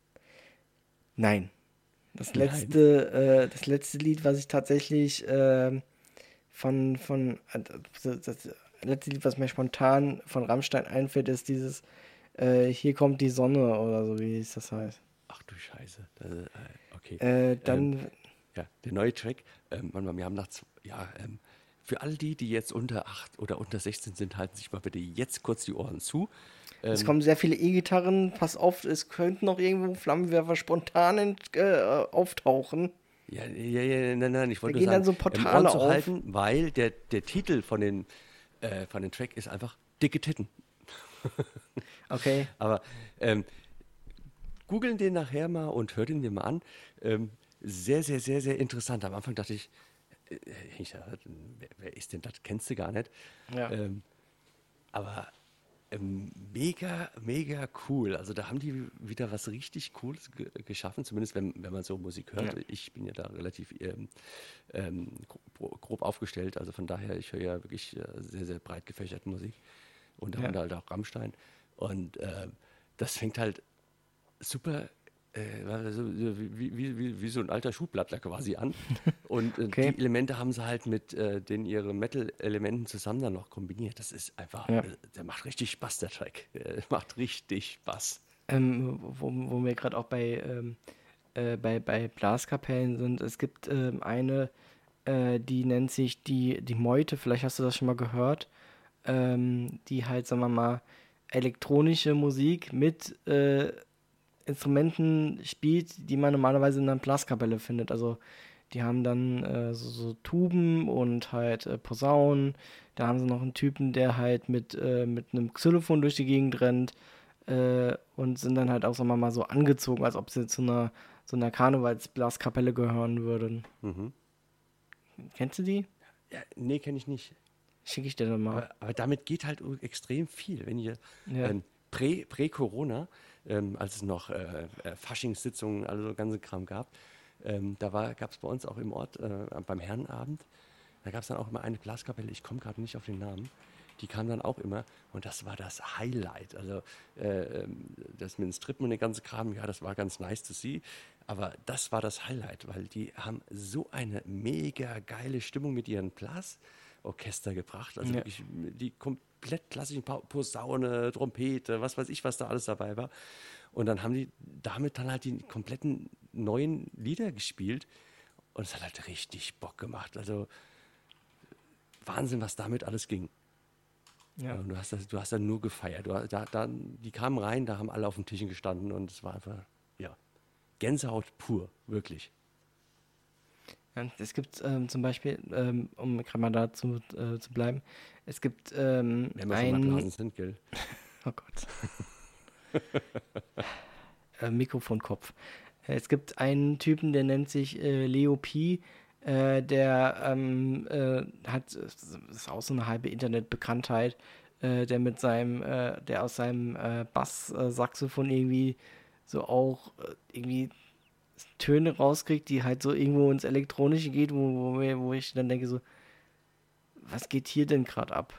Nein. Das Nein. letzte, äh, das letzte Lied, was ich tatsächlich ähm, von, von äh, das, das letzte Lied, was mir spontan von Rammstein einfällt, ist dieses äh, Hier kommt die Sonne oder so, wie es das heißt. Ach du Scheiße. Das, äh, okay. Äh, dann, Ja, der neue Track, ähm, warte mal, wir haben nach, z- ja, ähm, für all die, die jetzt unter acht oder unter sechzehn sind, halten sich mal bitte jetzt kurz die Ohren zu. es Ähm, kommen sehr viele E-Gitarren, pass auf, es könnten noch irgendwo Flammenwerfer spontan ent, äh, auftauchen. Ja, ja, ja, nein, nein, ich wollte Da nur gehen dann sagen, so im Portale Ohren zu auf. halten, weil der, der Titel von den, äh, von den Track ist einfach Dicke Titten. Okay. Aber ähm, googeln den nachher mal und hört ihn dir mal an. Ähm, sehr, sehr, sehr, sehr interessant. Am Anfang dachte ich, äh, ich dachte, wer, wer ist denn das? Kennst du gar nicht. Ja. Ähm, aber ähm, mega, mega cool. Also da haben die wieder was richtig Cooles ge geschaffen, zumindest wenn, wenn man so Musik hört. Ja. Ich bin ja da relativ ähm, ähm, grob, grob aufgestellt, also von daher, ich höre ja wirklich äh, sehr, sehr breit gefächerte Musik. Und darunter halt auch Rammstein. Und ähm, das fängt halt super, äh, so, so wie, wie, wie, wie so ein alter Schuhblattler quasi an. Und äh, Okay. die Elemente haben sie halt mit äh, den ihre Metal-Elementen zusammen dann noch kombiniert. Das ist einfach, Ja. äh, der macht richtig Spaß, der Track. Der macht richtig Spaß. Ähm, wo, wo wir gerade auch bei, ähm, äh, bei, bei Blaskapellen sind. Es gibt ähm, eine, äh, die nennt sich die, die Meute, vielleicht hast du das schon mal gehört, ähm, die halt, sagen wir mal, elektronische Musik mit, äh, sagen Instrumenten spielt, die man normalerweise in einer Blaskapelle findet. Also die haben dann äh, so, so Tuben und halt äh, Posaunen. Da haben sie noch einen Typen, der halt mit, äh, mit einem Xylophon durch die Gegend rennt äh, und sind dann halt auch sagen wir mal so angezogen, als ob sie zu einer, so einer Karnevalsblaskapelle gehören würden. Mhm. Kennst du die? Ja, nee, kenne ich nicht. Schicke ich dir dann mal. Aber, aber damit geht halt extrem viel. Wenn ihr Ja. ähm, prä, prä-Corona, ähm, als es noch äh, äh, Faschingssitzungen, also so ganze Kram gab, ähm, da gab es bei uns auch im Ort äh, beim Herrenabend, da gab es dann auch immer eine Blaskapelle, ich komme gerade nicht auf den Namen, die kam dann auch immer und das war das Highlight. Also äh, ähm, das mit den Strippen und den ganzen Kram, ja, das war ganz nice to see, aber das war das Highlight, weil die haben so eine mega geile Stimmung mit ihren Blasorchester gebracht, also Ja. wirklich die komplett klassischen Pa- Posaune, Trompete, was weiß ich, was da alles dabei war. Und dann haben die damit dann halt die kompletten neuen Lieder gespielt und es hat halt richtig Bock gemacht. Also Wahnsinn, was damit alles ging. Ja. Und du hast das, du hast dann nur gefeiert. Du, hast- da, da, die kamen rein, da haben alle auf den Tischen gestanden und es war einfach, ja, Gänsehaut pur, wirklich. Ja, es gibt ähm, zum Beispiel, ähm, um gerade mal dazu äh, zu bleiben, es gibt ähm, Wenn wir schon mal Blasen ein... sind, gell? Oh Gott. äh, Mikrofonkopf. Äh, Es gibt einen Typen, der nennt sich äh, Leo P. Äh, der ähm, äh, hat, das ist auch so eine halbe Internetbekanntheit, äh, der mit seinem, äh, der aus seinem äh, Bass-Saxophon irgendwie so auch äh, irgendwie Töne rauskriegt, die halt so irgendwo ins Elektronische geht, wo, wo, mir- wo ich dann denke so, was geht hier denn gerade ab?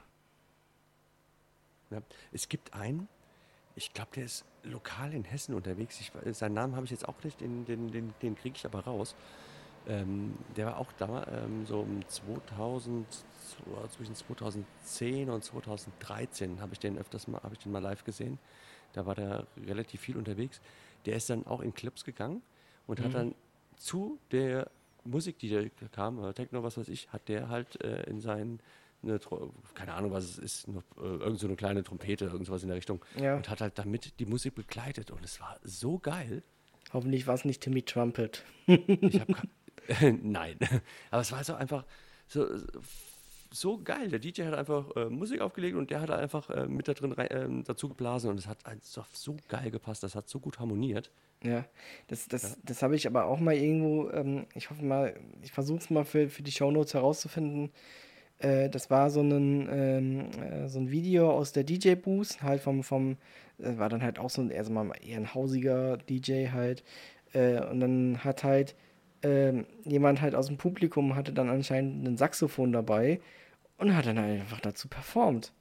Ja. Es gibt einen, ich glaube, der ist lokal in Hessen unterwegs. Ich, we- seinen Namen habe ich jetzt auch nicht, den, den, den, den kriege ich aber raus. Ähm, der war auch da, ähm, so um zweitausend, so zwischen zweitausendzehn und zweitausenddreizehn habe ich den öfters mal, habe ich den mal live gesehen. Da war der relativ viel unterwegs. Der ist dann auch in Clubs gegangen und hat dann zu der Musik, die da kam, äh, Techno, was weiß ich, hat der halt äh, in seinen, eine, Tro- keine Ahnung, was es ist, noch, äh, irgend so eine kleine Trompete, irgendwas in der Richtung, Ja. und hat halt damit die Musik begleitet und es war so geil. Hoffentlich war es nicht Timmy Trumpet. Ich habe nein, aber es war so einfach so, so geil. Der D J hat einfach äh, Musik aufgelegt und der hat einfach äh, mit da drin rein, ähm, dazu geblasen und es hat einfach so geil gepasst. Das hat so gut harmoniert. Ja, das, das, das habe ich aber auch mal irgendwo, ähm, ich hoffe mal, ich versuche es mal für, für die Shownotes herauszufinden. Äh, das war so ein, ähm, äh, so ein Video aus der D J-Booth, halt vom, vom, äh, war dann halt auch so ein, eher, sagen wir mal, eher ein hausiger D J halt. Äh, und dann hat halt ähm, jemand halt aus dem Publikum hatte dann anscheinend ein Saxophon dabei und hat dann halt einfach dazu performt.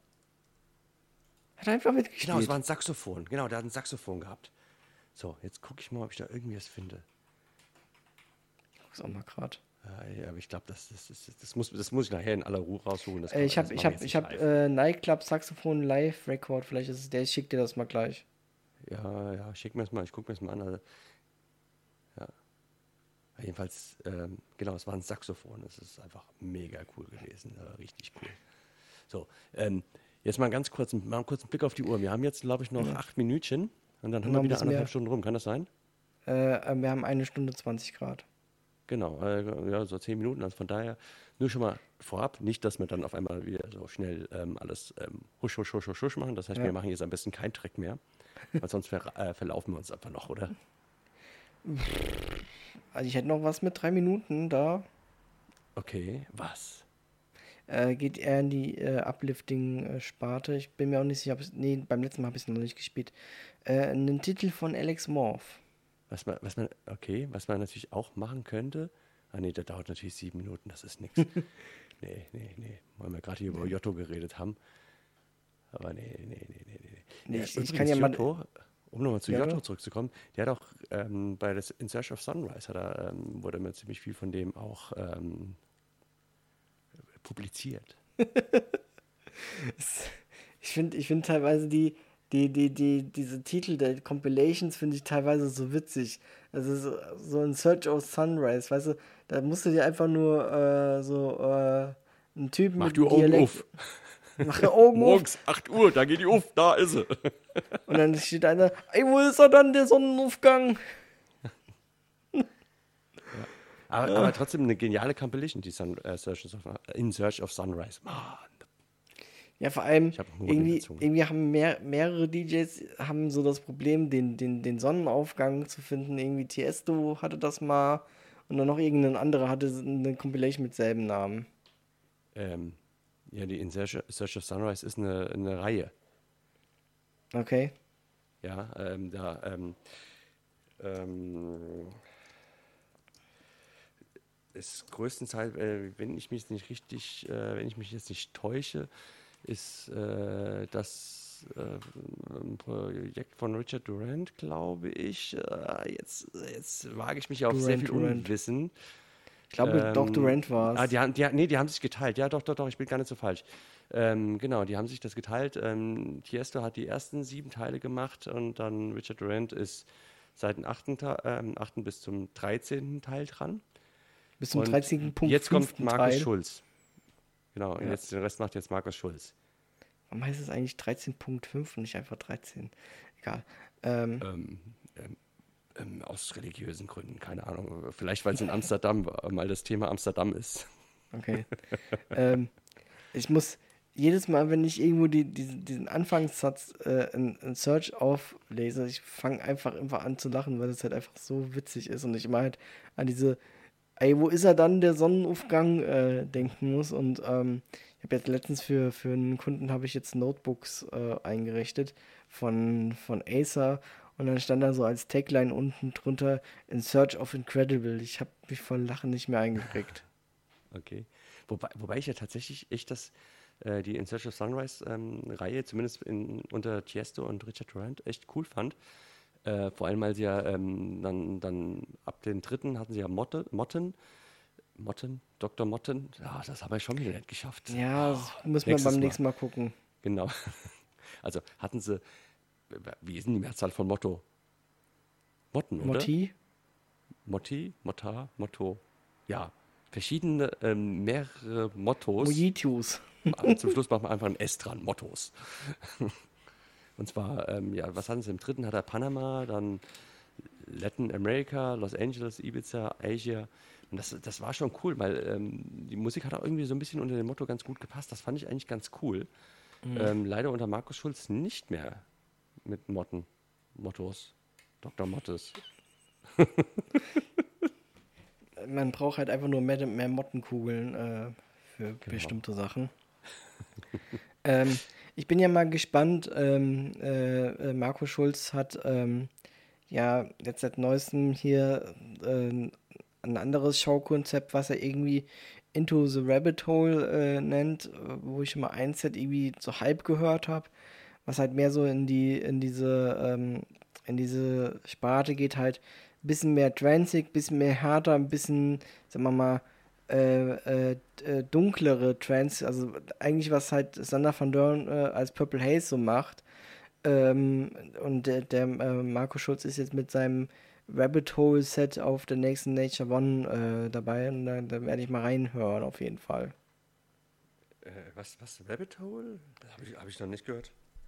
Hat einfach mitgespielt. Genau, es war ein Saxophon. Genau, der hat ein Saxophon gehabt. So, jetzt gucke ich mal, ob ich da irgendwie was finde. Guck's auch mal gerade. Ja, aber ich glaube, das, das, das, das, muss, das muss ich nachher in aller Ruhe rausholen. Das Äh, kann- ich habe das ich machen hab, wir ich jetzt hab, nicht live. äh, Nightclub Saxophon Live Record, vielleicht ist es der, ich schick dir das mal gleich. Ja, ja, schick mir das mal, ich gucke mir das mal an. Also, ja. Ja, jedenfalls, ähm, genau, es war ein Saxophon. Es ist einfach mega cool gewesen. Ja, richtig cool. So, ähm, jetzt mal einen ganz kurzen, mal einen kurzen Blick auf die Uhr. Wir haben jetzt, glaube ich, noch acht Minütchen und dann haben Noch wir ein wieder bisschen anderthalb mehr. Stunden rum. Kann das sein? Äh, äh, wir haben eine Stunde zwanzig Grad. Genau, äh, ja, so zehn Minuten. Also von daher nur schon mal vorab, nicht, dass wir dann auf einmal wieder so schnell ähm, alles ähm, husch, husch, husch, husch, husch machen. Das heißt, Ja. wir machen jetzt am besten keinen Track mehr, weil sonst ver äh, verlaufen wir uns einfach noch, oder? Also ich hätte noch was mit drei Minuten da. Okay, was? Äh, geht eher in die äh, Uplifting-Sparte. Ich bin mir auch nicht sicher, ob es. Nee, beim letzten Mal habe ich es noch nicht gespielt. Äh, einen Titel von Alex Morph. Was man, was man, okay, was man natürlich auch machen könnte. Ah nee, das dauert natürlich sieben Minuten, das ist nichts. Nee, nee, nee. Weil wir gerade hier über Giotto geredet haben. Aber nee, nee, nee, nee, nee. Nee, Ja, ich- ich übrigens, kann ja mal- Giotto, um nochmal zu Ja, Giotto doch. zurückzukommen, der hat auch ähm, bei das In Search of Sunrise hat er, ähm, wurde mir ziemlich viel von dem auch ähm, publiziert. Ich finde ich find teilweise die, die, die, die, diese Titel der Compilations finde ich teilweise so witzig. Also so, so ein Search of Sunrise, weißt du, da musst du dir einfach nur äh, so äh, einen Typen Mach mit die Augen Dialekt. auf. Mach die Augen auf. Morgens, acht Uhr, da geht die auf, da ist sie. Und dann steht einer, ey, wo ist er dann, der Sonnenaufgang? Aber, aber trotzdem eine geniale Compilation, die Sun, äh, Search of, In Search of Sunrise. Mann. Ja, vor allem, Ich hab Hunger in der irgendwie, Zunge. irgendwie haben mehr, mehrere D Js haben so das Problem, den, den, den Sonnenaufgang zu finden. Irgendwie Tiesto hatte das mal und dann noch irgendein anderer hatte eine Compilation mit selben Namen. Ähm, ja, die In Search, Search of Sunrise ist eine, eine Reihe. Okay. Ja, ähm, da, ähm, ähm, ist größtenteils, äh, wenn ich mich nicht richtig, äh, wenn ich mich jetzt nicht täusche, ist äh, das äh, ein Projekt von Richard Durant, glaube ich. Äh, jetzt, jetzt wage ich mich auf sehr Durant, viel Durant. Unwissen. Ich glaube, doch, Durant war Ah, es. die haben, die, nee, die haben sich geteilt. Ja, doch, doch, doch, ich bin gar nicht so falsch. Ähm, genau, die haben sich das geteilt. Ähm, Tiesto hat die ersten sieben Teile gemacht und dann Richard Durant ist seit dem achten, Ta- ähm, achten bis zum dreizehnten Teil dran. Bis zum Und dreizehnten Punkt. Jetzt kommt fünften Markus Teil. Schulz. Genau, und Ja. jetzt, den Rest macht jetzt Markus Schulz. Warum heißt es eigentlich dreizehn Punkt fünf und nicht einfach dreizehn? Egal. Ähm, Ähm, ähm, ähm, aus religiösen Gründen, keine Ahnung. Vielleicht, weil es in Amsterdam mal das Thema Amsterdam ist. Okay. ähm, ich muss jedes Mal, wenn ich irgendwo die, diesen, diesen Anfangssatz äh, in, in Search auflese, ich fange einfach immer an zu lachen, weil es halt einfach so witzig ist und ich immer halt an diese, ey, wo ist er dann, der Sonnenaufgang, äh, denken muss. Und ähm, ich habe jetzt letztens für, für einen Kunden habe ich jetzt Notebooks äh, eingerichtet von, von Acer und dann stand da so als Tagline unten drunter In Search of Incredible. Ich habe mich vor Lachen nicht mehr eingekriegt. Okay. Wobei, wobei ich ja tatsächlich echt das, äh, die In Search of Sunrise ähm, Reihe, zumindest in, unter Tiesto und Richard Durant, echt cool fand. Äh, vor allem, weil sie ja ähm, dann, dann ab den dritten hatten sie ja Motte, Motten, Motten, Doktor Motten. Ja, das haben wir schon wieder nicht geschafft. Ja, das müssen wir nächstes beim Mal. nächsten Mal gucken. Genau. Also hatten sie, wie ist denn die Mehrzahl von Motto? Motten, oder? Motti? Motti, Motta, Motto. Ja, verschiedene, ähm, mehrere Mottos. Mojitos. Aber zum Schluss machen wir einfach ein S dran, Mottos. Und zwar, ähm, ja, was hatten sie? Im dritten hat er Panama, dann Latin America, Los Angeles, Ibiza, Asia. Und das, das war schon cool, weil ähm, die Musik hat auch irgendwie so ein bisschen unter dem Motto ganz gut gepasst. Das fand ich eigentlich ganz cool. Mhm. Ähm, leider unter Markus Schulz nicht mehr mit Motten, Mottos, Doktor Mottes. Man braucht halt einfach nur mehr, mehr Mottenkugeln äh, für bestimmte Sachen. ähm, ich bin ja mal gespannt. Ähm, äh, äh, Marco Schulz hat ähm, ja jetzt seit neuestem hier äh, ein anderes Showkonzept, was er irgendwie Into the Rabbit Hole äh, nennt, äh, wo ich schon mal ein Set irgendwie so halb gehört habe, was halt mehr so in die in diese ähm, in diese Sparte geht, halt ein bisschen mehr trancig, ein bisschen mehr härter, ein bisschen, sagen wir mal, äh, äh, äh, dunklere Trance, also eigentlich was halt Sander van Doorn äh, als Purple Haze so macht. Ähm, und der, der äh, Marco Schulz ist jetzt mit seinem Rabbit Hole Set auf der nächsten Nature One äh, dabei und da, da werde ich mal reinhören auf jeden Fall. Äh, was, was, Rabbit Hole? Habe ich, hab ich noch nicht gehört.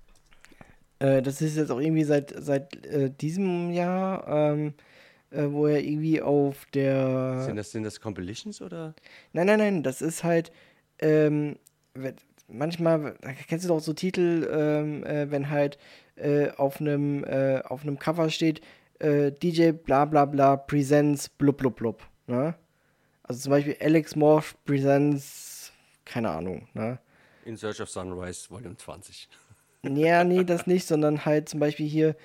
Äh, das ist jetzt auch irgendwie seit, seit äh, diesem Jahr, ähm, äh, wo er irgendwie auf der... Sind das, sind das Compilations oder? Nein, nein, nein, das ist halt, ähm, we- manchmal, kennst du doch so Titel, ähm, äh, wenn halt äh, auf einem äh, auf einem Cover steht, äh, D J bla bla bla presents blub blub blub, ne? Also zum Beispiel Alex Morph presents, keine Ahnung, ne? In Search of Sunrise, Volume zwanzig. Ja, nee, das nicht, sondern halt zum Beispiel hier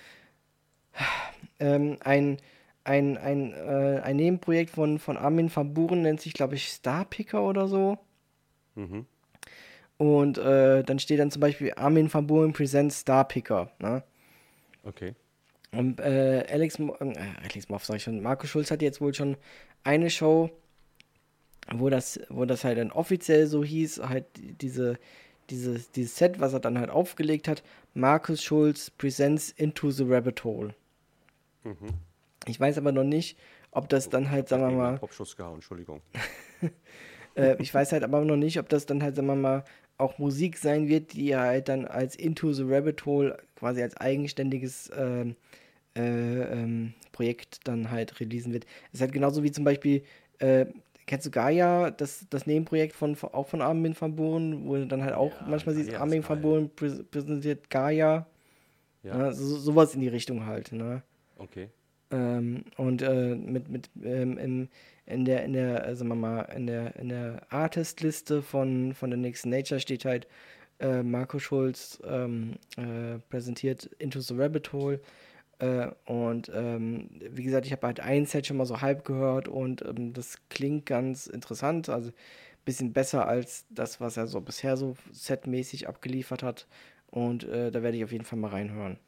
ähm, ein, ein, ein, äh, ein Nebenprojekt von, von Armin van Buuren nennt sich, glaube ich, Starpicker oder so. Mhm. Und äh, dann steht dann zum Beispiel Armin van Buuren presents Starpicker. Ne? Okay. Und äh, Alex, Mo- äh, Alex Moff, sag ich schon, Marco Schulz hat jetzt wohl schon eine Show, wo das, wo das halt dann offiziell so hieß, halt diese, dieses, dieses Set, was er dann halt aufgelegt hat, Markus Schulz presents Into the Rabbit Hole. Mhm. Ich weiß aber noch nicht, ob das dann halt, sagen wir mal, Popschuss gehauen, Entschuldigung. äh, ich weiß halt aber noch nicht, ob das dann halt, sagen wir mal, auch Musik sein wird, die halt dann als Into the Rabbit Hole quasi als eigenständiges ähm, äh, ähm, Projekt dann halt releasen wird. Es ist halt genauso wie zum Beispiel, äh, kennst du Gaia, das, das Nebenprojekt von, auch von Armin van Buuren, wo du dann halt auch Ja, manchmal siehst, Gaia ist Armin van geil. Buuren prä- präsentiert Gaia. Ja. Ja, so, sowas in die Richtung halt, ne? Okay. Ähm, und äh, mit, mit ähm, im, in der, in der, äh, sagen wir mal, in der, in der Artist-Liste von, von der nächsten Nature steht halt äh, Marco Schulz ähm, äh, präsentiert Into the Rabbit Hole. Äh, und ähm, wie gesagt, ich habe halt ein Set schon mal so halb gehört und ähm, das klingt ganz interessant. Also ein bisschen besser als das, was er so bisher so setmäßig abgeliefert hat. Und äh, da werde ich auf jeden Fall mal reinhören.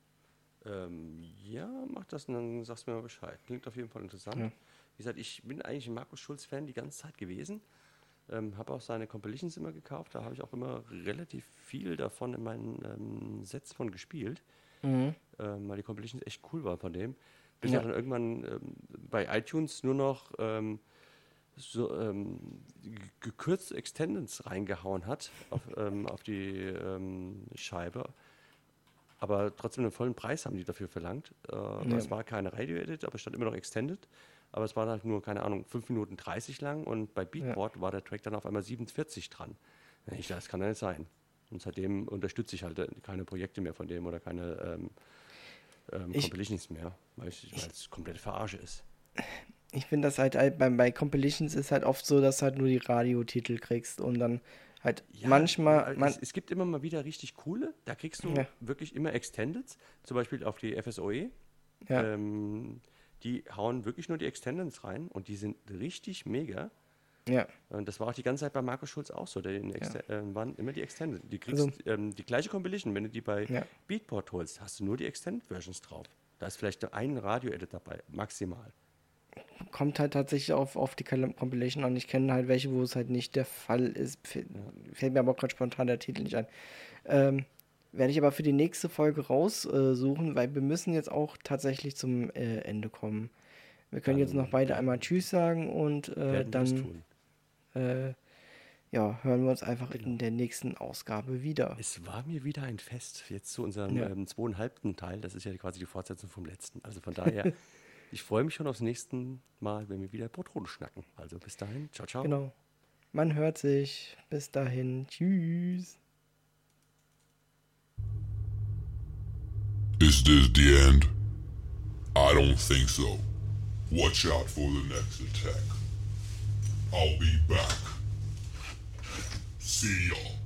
Ähm, ja, mach das und dann sagst du mir mal Bescheid. Klingt auf jeden Fall interessant. Ja. Wie gesagt, ich bin eigentlich ein Markus Schulz-Fan die ganze Zeit gewesen. Ähm, habe auch seine Compilations immer gekauft. Da habe ich auch immer relativ viel davon in meinen ähm, Sets von gespielt. Mhm. Ähm, weil die Compilations echt cool waren von dem. Bis Ja. er dann irgendwann ähm, bei iTunes nur noch ähm, so ähm, g- gekürzte Extendeds reingehauen hat auf, ähm, auf die ähm, Scheibe. Aber trotzdem einen vollen Preis haben die dafür verlangt. Äh, Ja. Es war keine Radio-Edit, aber es stand immer noch Extended. Aber es war halt nur, keine Ahnung, fünf Minuten dreißig lang und bei Beatport war der Track dann auf einmal siebenundvierzig dran. Ja, Ich dachte, das kann ja nicht sein. Und seitdem unterstütze ich halt äh, keine Projekte mehr von dem oder keine ähm, ähm, Ich- Compilations mehr, weil ich- weil es komplette Verarsche ist. Ich finde das halt, halt bei, bei Compilations ist halt oft so, dass du halt nur die Radiotitel kriegst und dann halt Ja, manchmal, ja, man, es, es gibt immer mal wieder richtig coole, da kriegst du Ja. wirklich immer Extendeds, zum Beispiel auf die F S O E. ja, Ähm, die hauen wirklich nur die Extendeds rein und die sind richtig mega. ja, Und das war auch die ganze Zeit bei Markus Schulz auch so. Der in Exte- äh, waren immer die Extended. Die kriegst Also- ähm, die gleiche Compilation, wenn du die bei Ja. Beatport holst, hast du nur die Extended-Versions drauf. Da ist vielleicht nur ein Radio-Edit dabei, maximal. kommt halt tatsächlich auf, auf die Kal- Compilation an. Ich kenne halt welche, wo es halt nicht der Fall ist. F- Fällt mir aber auch gerade spontan der Titel nicht ein. Ähm, werde ich aber für die nächste Folge raussuchen, weil wir müssen jetzt auch tatsächlich zum äh, Ende kommen. Wir können Dann- jetzt noch beide einmal Tschüss sagen und äh, Werden wir das dann tun. äh, ja, hören wir uns einfach in der nächsten Ausgabe wieder. Es war mir wieder ein Fest, jetzt zu unserem Ja. ähm, zweieinhalbten Teil. Das ist ja quasi die Fortsetzung vom letzten. Also von daher, ich freue mich schon aufs nächste Mal, wenn wir wieder Protonen schnacken. Also bis dahin, ciao, ciao. Genau. Man hört sich. Bis dahin. Tschüss. Is this the end? I don't think so. Watch out for the next attack. I'll be back. See y'all.